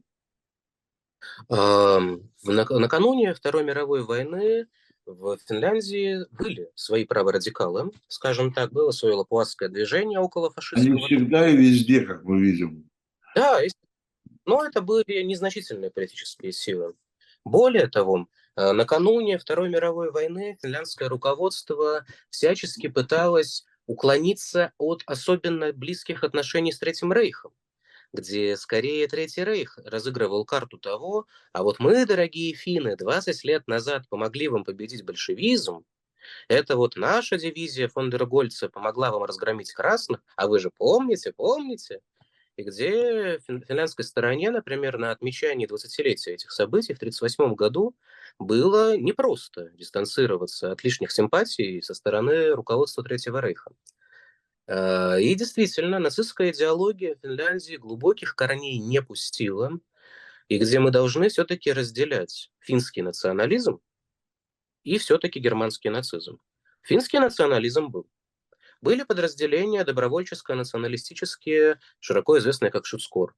Накануне Второй мировой войны в Финляндии были свои праворадикалы, скажем так, было свое лапуатское движение около Они фашистского. всегда и везде, как мы видим. Да, но это были незначительные политические силы. Более того, накануне Второй мировой войны финляндское руководство всячески пыталось уклониться от особенно близких отношений с Третьим Рейхом, где скорее Третий Рейх разыгрывал карту того, а вот мы, дорогие финны, 20 лет назад помогли вам победить большевизм, это вот наша дивизия фон дер Гольца помогла вам разгромить красных, а вы же помните? И где финляндской стороне, например, на отмечании 20-летия этих событий в 1938 году было непросто дистанцироваться от лишних симпатий со стороны руководства Третьего Рейха. И действительно, нацистская идеология в Финляндии глубоких корней не пустила, и где мы должны все-таки разделять финский национализм и все-таки германский нацизм. Финский национализм был. Были подразделения добровольческо-националистические, широко известные как Шуцкор.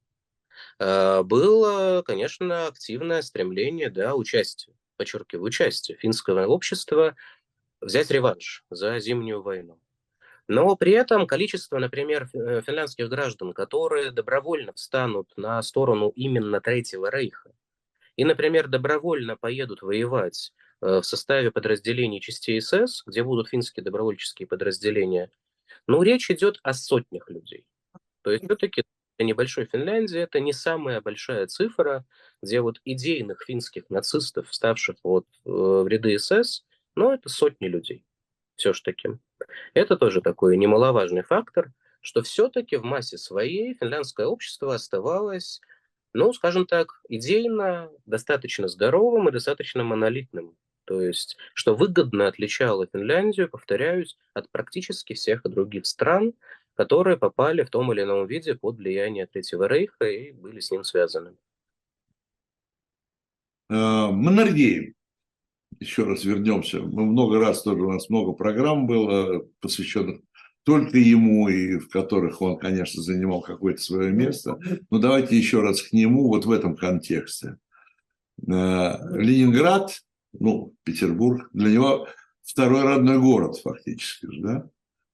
Было, конечно, активное стремление, да, участия, подчеркиваю, участие финского общества взять реванш за Зимнюю войну. Но при этом количество, например, финляндских граждан, которые добровольно встанут на сторону именно Третьего Рейха и, например, добровольно поедут воевать в составе подразделений частей СС, где будут финские добровольческие подразделения, ну, речь идет о сотнях людей. То есть все-таки для небольшой Финляндии это не самая большая цифра, где вот идейных финских нацистов, вставших вот в ряды СС, но это сотни людей все-таки. Это тоже такой немаловажный фактор, что все-таки в массе своей финляндское общество оставалось, ну, скажем так, идейно достаточно здоровым и достаточно монолитным. То есть, что выгодно отличало Финляндию, повторяюсь, от практически всех других стран, которые попали в том или ином виде под влияние Третьего Рейха и были с ним связаны. Маннергейм. Еще раз вернемся. Мы много раз тоже, у нас много программ было, посвященных только ему, и в которых он, конечно, занимал какое-то свое место. Но давайте еще раз к нему вот в этом контексте. Ленинград, ну, Петербург, для него второй родной город фактически, да?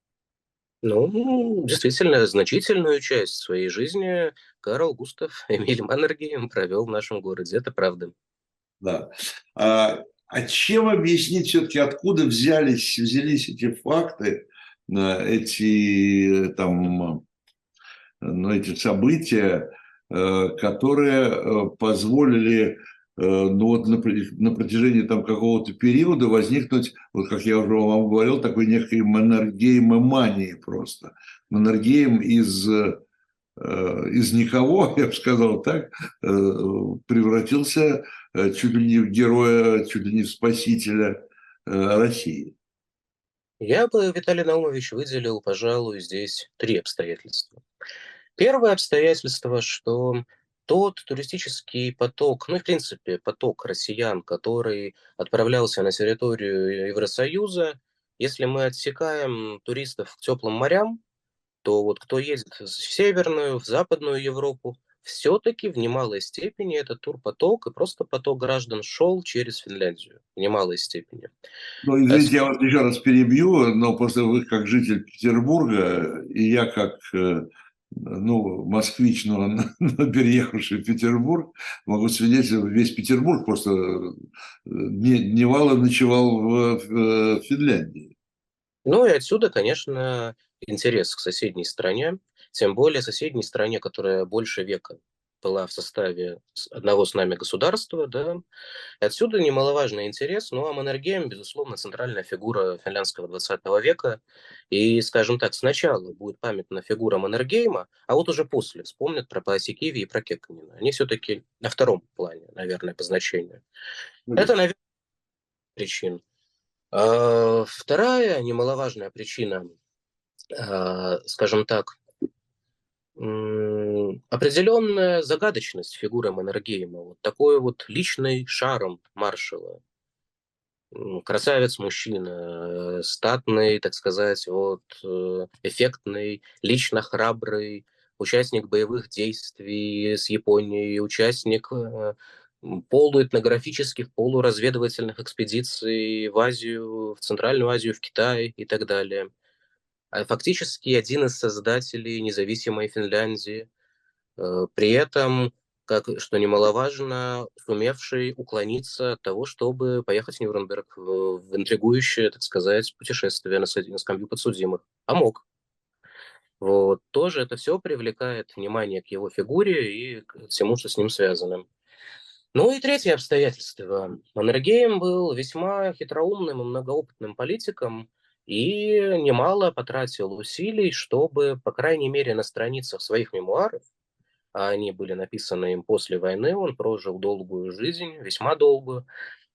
Ну, действительно, значительную часть своей жизни Карл Густав Эмиль Маннергейм провел в нашем городе, это правда. Да. А чем объяснить все-таки, откуда взялись эти факты, эти, там, ну, эти события, которые позволили, ну, вот на протяжении там какого-то периода возникнуть, вот как я уже вам говорил, такой некой Маннергеймомании просто. Маннергейм из никого, я бы сказал так, превратился чуть ли не в героя, чуть ли не в спасителя России? Я бы, Виталий Наумович, выделил, пожалуй, здесь три обстоятельства. Первое обстоятельство, что тот туристический поток, ну и в принципе поток россиян, который отправлялся на территорию Евросоюза, если мы отсекаем туристов к теплым морям, то вот кто едет в Северную, в Западную Европу, все-таки в немалой степени этот турпоток и просто поток граждан шел через Финляндию. В немалой степени. Ну, извините, я вас еще раз перебью, но просто вы как житель Петербурга, и я как ну, москвич, но переехавший в Петербург, могу свидетельствовать, весь Петербург просто дневал и ночевал в Финляндии. Ну и отсюда, конечно, интерес к соседней стране, тем более соседней стране, которая больше века была в составе одного с нами государства, да. И отсюда немаловажный интерес. Ну, а Маннергейм, безусловно, центральная фигура финляндского 20 века. И, скажем так, сначала будет памятна фигура Маннергейма, а вот уже после вспомнят про Паасикиви и про Кекканина. Они все-таки на втором плане, наверное, по значению. Это, наверное, причина. Вторая немаловажная причина, скажем так, определенная загадочность фигуры Маннергейма, вот такой вот личный шарм маршала, красавец-мужчина, статный, так сказать, вот, эффектный, лично храбрый, участник боевых действий с Японией, участник полуэтнографических, полуразведывательных экспедиций в Азию, в Центральную Азию, в Китай и так далее. А фактически один из создателей независимой Финляндии, при этом, как, что немаловажно, сумевший уклониться от того, чтобы поехать в Нюрнберг в интригующее, так сказать, путешествие на скамью подсудимых. А мог. Вот. Тоже это все привлекает внимание к его фигуре и к всему, что с ним связано. Ну и третье обстоятельство. Маннергейм был весьма хитроумным и многоопытным политиком и немало потратил усилий, чтобы, по крайней мере, на страницах своих мемуаров, а они были написаны им после войны, он прожил долгую жизнь, весьма долгую.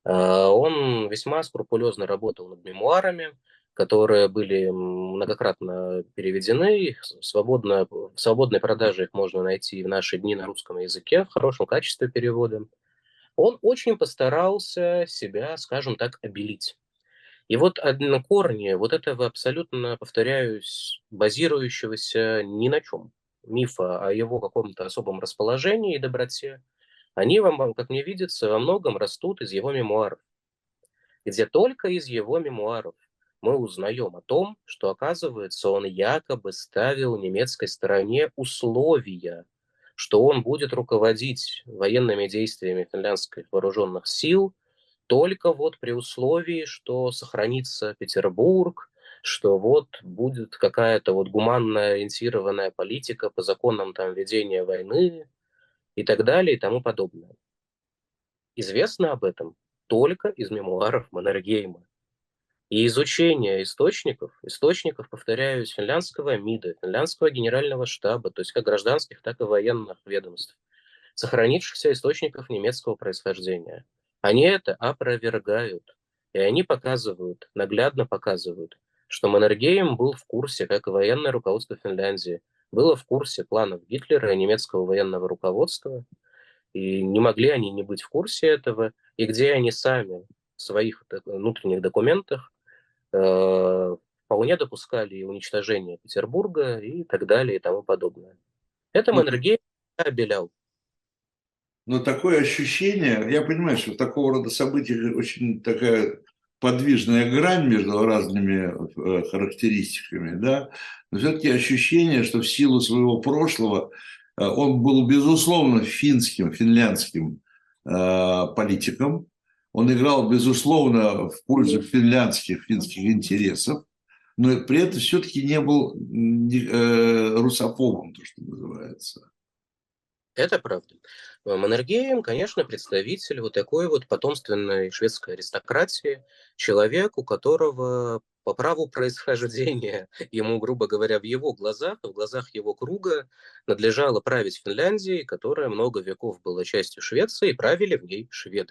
Он весьма скрупулезно работал над мемуарами, которые были многократно переведены, в свободной продаже их можно найти в наши дни на русском языке в хорошем качестве перевода. Он очень постарался себя, скажем так, обелить. И вот на корне вот этого абсолютно, повторяюсь, базирующегося ни на чем мифа о его каком-то особом расположении и доброте, они, вам, как мне видится, во многом растут из его мемуаров, где только из его мемуаров мы узнаем о том, что, оказывается, он якобы ставил немецкой стороне условия, что он будет руководить военными действиями финляндских вооруженных сил только вот при условии, что сохранится Петербург, что вот будет какая-то вот гуманно ориентированная политика по законам там ведения войны и так далее и тому подобное. Известно об этом только из мемуаров Маннергейма. И изучение источников, повторяюсь, финляндского МИДа, финляндского генерального штаба, то есть как гражданских, так и военных ведомств, сохранившихся источников немецкого происхождения. Они это опровергают. И они показывают, наглядно показывают, что Маннергейм был в курсе, как и военное руководство Финляндии, было в курсе планов Гитлера и немецкого военного руководства, и не могли они не быть в курсе этого, и где они сами в своих внутренних документах вполне допускали и уничтожение Петербурга и так далее и тому подобное. Это Ну, Маннергейм обелял. но такое ощущение, я понимаю, что в такого рода событиях очень такая подвижная грань между разными характеристиками, да, но все-таки ощущение, что в силу своего прошлого он был, безусловно, финляндским политиком, он играл, безусловно, в пользу финских интересов, но при этом все-таки не был русофобом, то, что называется. Это правда. Маннергейм, конечно, представитель вот такой вот потомственной шведской аристократии, человек, у которого по праву происхождения, ему, грубо говоря, в его глазах, в глазах его круга надлежало править Финляндией, которая много веков была частью Швеции, и правили в ней шведы.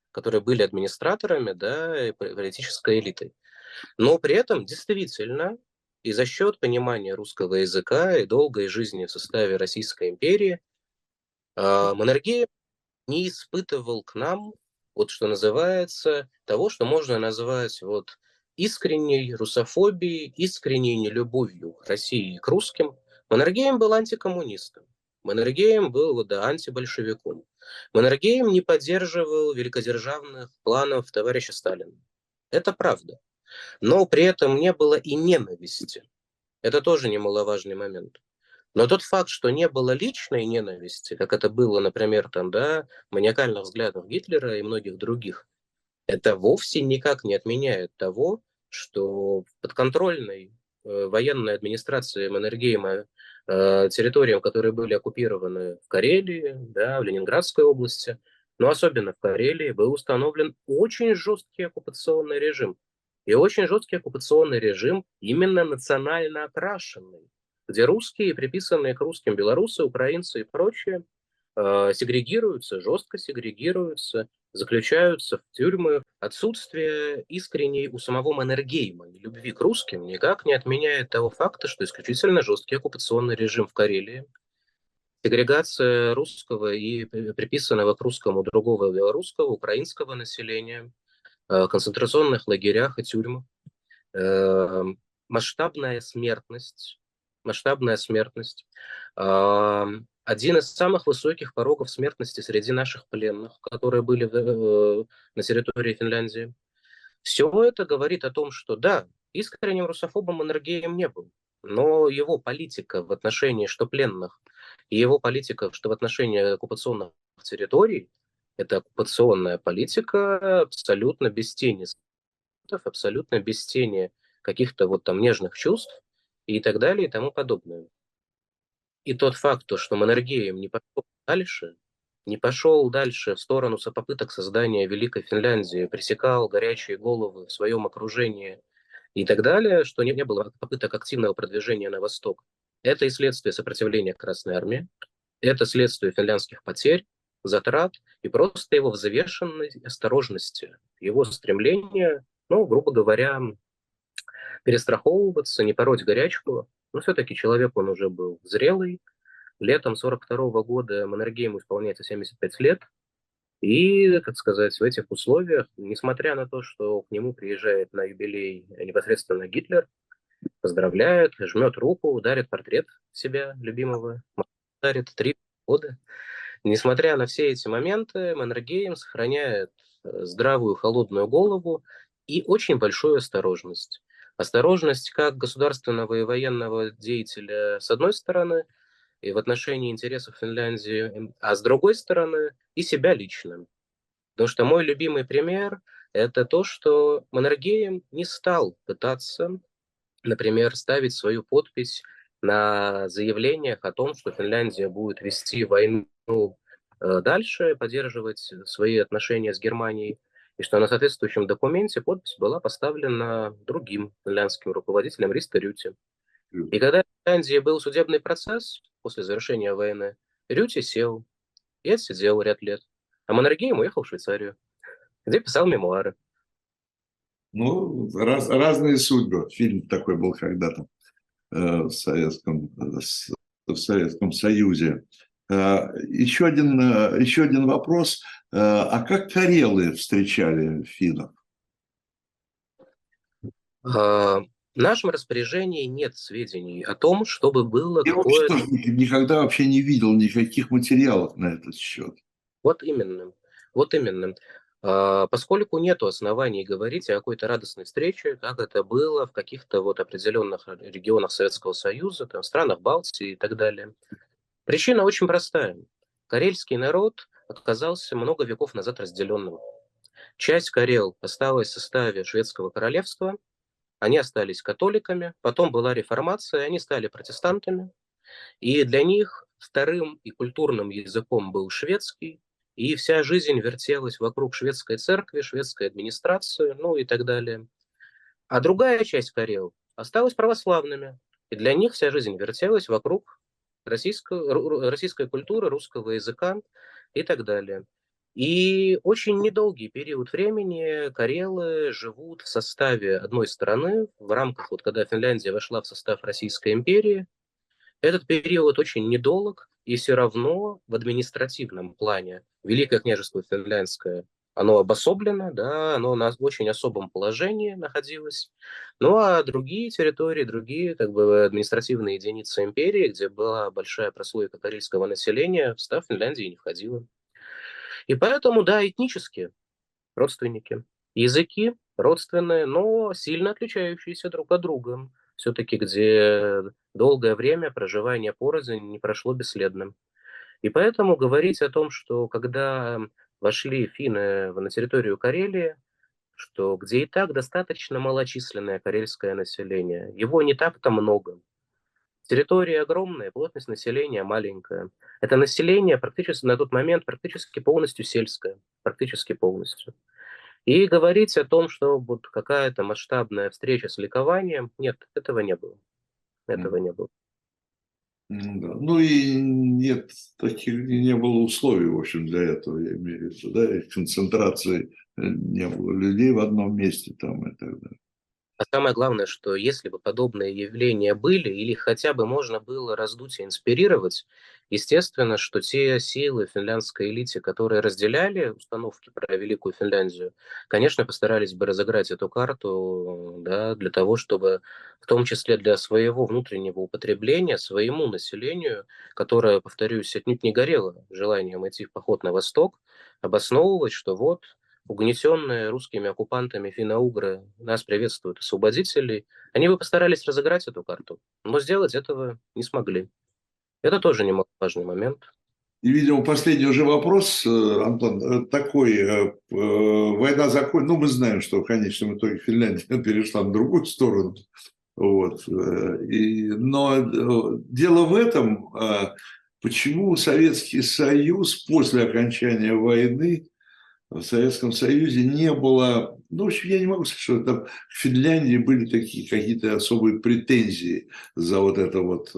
которые были администраторами, да, и политической элитой. Но при этом действительно и за счет понимания русского языка и долгой жизни в составе Российской империи Маннергейм не испытывал к нам, вот что называется, того, что можно назвать вот искренней русофобией, искренней нелюбовью к России и к русским. Маннергейм был антикоммунистом. Маннергейм был, да, антибольшевиком. Маннергейм не поддерживал великодержавных планов товарища Сталина. Это правда. Но при этом не было и ненависти. Это тоже немаловажный момент. Но тот факт, что не было личной ненависти, как это было, например, там, да, маниакальных взглядов Гитлера и многих других, это вовсе никак не отменяет того, что подконтрольной военной администрации Маннергейма территориям, которые были оккупированы в Карелии, да, в Ленинградской области, но особенно в Карелии, был установлен очень жесткий оккупационный режим. И очень жесткий оккупационный режим именно национально окрашенный, где русские, приписанные к русским белорусы, украинцы и прочие, сегрегируются, жестко сегрегируются, заключаются в тюрьмы. Отсутствие искренней у самого Маннергейма любви к русским никак не отменяет того факта, что исключительно жесткий оккупационный режим в Карелии, сегрегация русского и приписанного к русскому другого белорусского, украинского населения, концентрационных лагерях и тюрьмах, э, масштабная смертность, масштабная смертность, один из самых высоких порогов смертности среди наших пленных, которые были на территории Финляндии. Все это говорит о том, что да, искренним русофобом Маннергейм не был, но его политика в отношении что пленных, и его политика что в отношении оккупационных территорий, это оккупационная политика абсолютно без тени, абсолютно без тени каких-то вот там нежных чувств и так далее и тому подобное. И тот факт, то, что Маннергейм не пошел дальше в сторону попыток создания Великой Финляндии, пресекал горячие головы в своем окружении и так далее, что не было попыток активного продвижения на восток. Это и следствие сопротивления Красной Армии, это следствие финляндских потерь, затрат и просто его взвешенной осторожности, его стремления, ну, грубо говоря, перестраховываться, не пороть горячку. Но все-таки человек он уже был зрелый. Летом 1942 года Маннергейму исполняется 75 лет. И, как сказать, в этих условиях, несмотря на то, что к нему приезжает на юбилей непосредственно Гитлер, поздравляет, жмет руку, дарит портрет себя любимого, дарит 3 года. Несмотря на все эти моменты, Маннергейм сохраняет здравую, холодную голову и очень большую осторожность. Осторожность как государственного и военного деятеля с одной стороны, и в отношении интересов Финляндии, а с другой стороны и себя лично. Потому что мой любимый пример – это то, что Маннергейм не стал пытаться, например, ставить свою подпись на заявлениях о том, что Финляндия будет вести войну дальше, поддерживать свои отношения с Германией, и что на соответствующем документе подпись была поставлена другим финляндским руководителем Ристо Рюте. И когда в Финляндии был судебный процесс после завершения войны, Рюте сел и отсидел ряд лет, а Маннергейм уехал в Швейцарию, где писал мемуары. Ну, разные судьбы. Фильм такой был когда-то в Советском Союзе. Еще один вопрос. А как карелы встречали финнов? В нашем распоряжении нет сведений о том, чтобы было Я какое-то... никогда вообще не видел никаких материалов на этот счет. Вот именно. Вот именно. Поскольку нет оснований говорить о какой-то радостной встрече, как это было в каких-то вот определенных регионах Советского Союза, там, странах Балтии и так далее. Причина очень простая. Карельский народ оказался много веков назад разделенным. Часть карел осталась в составе шведского королевства, они остались католиками, потом была реформация, они стали протестантами, и для них вторым и культурным языком был шведский, и вся жизнь вертелась вокруг шведской церкви, шведской администрации, ну и так далее. А другая часть карел осталась православными, и для них вся жизнь вертелась вокруг российской культуры, русского языка и так далее. И очень недолгий период времени карелы живут в составе одной страны, в рамках, вот когда Финляндия вошла в состав Российской империи. Этот период очень недолг, и все равно в административном плане Великое княжество Финляндское, оно обособлено, да, оно на очень особом положении находилось. Ну а другие территории, другие как бы административные единицы империи, где была большая прослойка карельского населения, в состав Финляндии не входила. И поэтому, да, этнически родственники. Языки родственные, но сильно отличающиеся друг от друга. Все-таки где долгое время проживание порознь не прошло бесследным. И поэтому говорить о том, что когда вошли финны на территорию Карелии, что где и так достаточно малочисленное карельское население, его не так-то много. Территория огромная, плотность населения маленькая. Это население практически на тот момент практически полностью сельское, практически полностью. И говорить о том, что вот какая-то масштабная встреча с ликованием, нет, этого не было. Этого не было. Ну, да. Ну и нет, таких не было условий, в общем, для этого, я имею в виду, да, и концентрации не было людей в одном месте там и так далее. А самое главное, что если бы подобные явления были, или хотя бы можно было раздуть и инспирировать, естественно, что те силы финляндской элиты, которые разделяли установки про Великую Финляндию, конечно, постарались бы разыграть эту карту, да, для того, чтобы в том числе для своего внутреннего употребления, своему населению, которое, повторюсь, отнюдь не горело желанием идти в поход на восток, обосновывать, что вот угнетенные русскими оккупантами финно-угры нас приветствуют освободителей, они бы постарались разыграть эту карту, но сделать этого не смогли. Это тоже немаловажный момент. И, видимо, последний уже вопрос, Антон, такой, война закончилась, ну, мы знаем, что в конечном итоге Финляндия перешла на другую сторону, вот, но дело в этом, почему Советский Союз после окончания войны в Советском Союзе не было, ну, в общем, я не могу сказать, что там в Финляндии были такие какие-то особые претензии за вот это вот,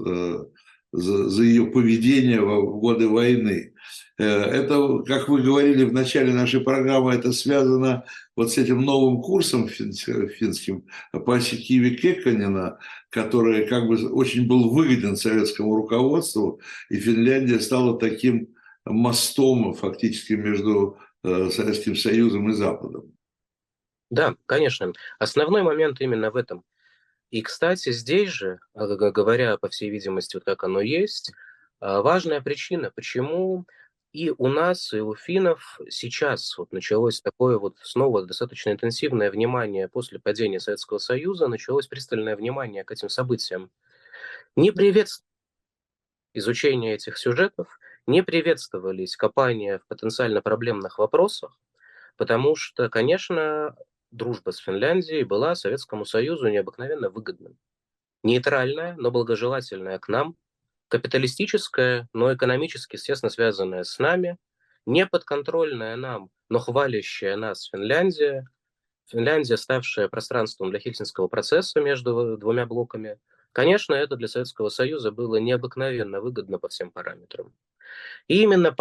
за ее поведение в годы войны. Это, как вы говорили в начале нашей программы, это связано вот с этим новым курсом финским Паси Киви Кекконена, который как бы очень был выгоден советскому руководству, и Финляндия стала таким мостом фактически между Советским Союзом и Западом. Да, конечно. Основной момент именно в этом. И, кстати, здесь же, говоря, по всей видимости, вот как оно есть, важная причина, почему и у нас, и у финнов сейчас вот началось такое вот снова достаточно интенсивное внимание после падения Советского Союза, началось пристальное внимание к этим событиям. Не приветствовали изучение этих сюжетов, не приветствовались копания в потенциально проблемных вопросах, потому что, конечно, дружба с Финляндией была Советскому Союзу необыкновенно выгодна. Нейтральная, но благожелательная к нам, капиталистическая, но экономически, естественно, связанная с нами, неподконтрольная нам, но хвалящая нас Финляндия, Финляндия, ставшая пространством для Хельсинского процесса между двумя блоками, конечно, это для Советского Союза было необыкновенно выгодно по всем параметрам. И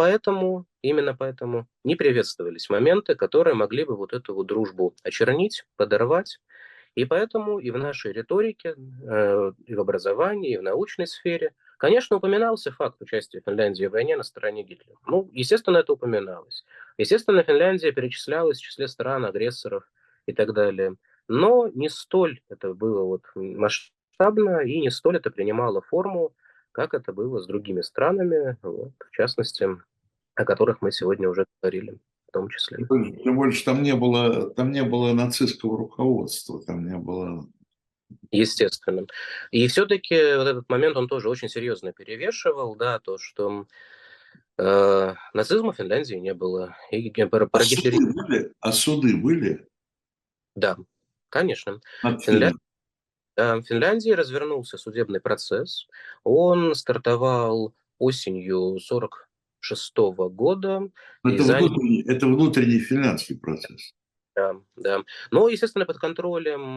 именно поэтому не приветствовались моменты, которые могли бы вот эту вот дружбу очернить, подорвать. И поэтому и в нашей риторике, и в образовании, и в научной сфере, конечно, упоминался факт участия Финляндии в войне на стороне Гитлера. Ну, естественно, это упоминалось. Естественно, Финляндия перечислялась в числе стран-агрессоров и так далее. Но не столь это было вот масштабно, и не столь это принимало форму, как это было с другими странами, вот, в частности, о которых мы сегодня уже говорили, в том числе. Тем больше там не было нацистского руководства, там не было. Естественно. И все-таки вот этот момент, он тоже очень серьезно перевешивал, да, то, что нацизма в Финляндии не было. И про гитлеризм, А суды были да, конечно. над Финляндия, Финляндией? в Финляндии развернулся судебный процесс. Он стартовал осенью 1946 года и занял. Это внутренний финляндский процесс. Да, да. Но, естественно, под контролем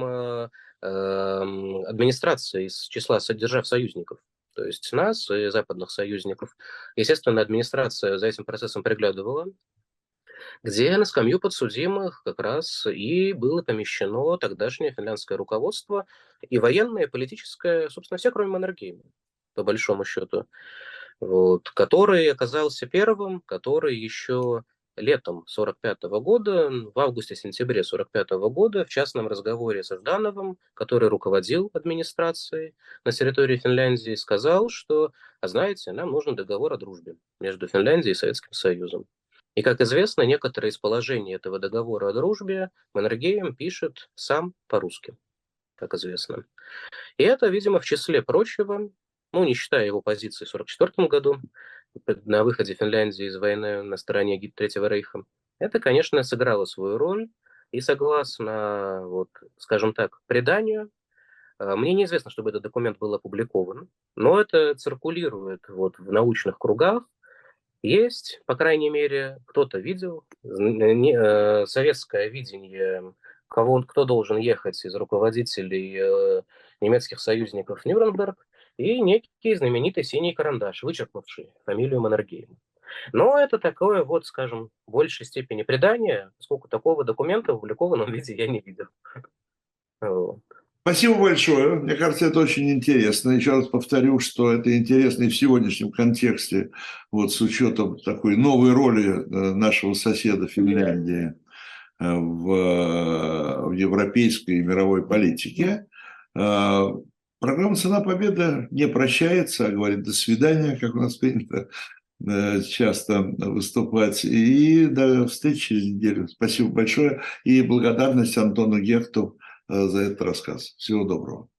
администрации из числа держав-союзников, то есть нас и западных союзников. Естественно, администрация за этим процессом приглядывала. где на скамью подсудимых как раз и было помещено тогдашнее финляндское руководство и военное, и политическое, собственно, все, кроме Маннергейма, по большому счету, вот, который оказался первым, который еще летом 1945 года, в августе-сентябре 1945 года в частном разговоре со Ждановым, который руководил администрацией на территории Финляндии, сказал, что, а знаете, нам нужен договор о дружбе между Финляндией и Советским Союзом. И, как известно, некоторые из положений этого договора о дружбе Маннергейм пишет сам по-русски, как известно. И это, видимо, в числе прочего, ну, не считая его позиции в 1944 году, на выходе Финляндии из войны на стороне Третьего рейха, это, конечно, сыграло свою роль. И согласно, вот, скажем так, преданию, мне неизвестно, чтобы этот документ был опубликован, но это циркулирует вот в научных кругах. Есть, по крайней мере, кто-то видел советское видение, кто должен ехать из руководителей немецких союзников в Нюрнберг, и некий знаменитый синий карандаш, вычеркнувший фамилию Маннергейма. Но это такое вот, скажем, в большей степени предание, поскольку такого документа в опубликованном виде я не видел. Вот. Спасибо большое. Мне кажется, это очень интересно. Еще раз повторю, что это интересно и в сегодняшнем контексте, вот с учетом такой новой роли нашего соседа Финляндии в европейской и мировой политике. Программа «Цена победы» не прощается, а говорит «до свидания», как у нас принято часто выступать. И до встречи через неделю. Спасибо большое. И благодарность Антону Гехту за этот рассказ. Всего доброго.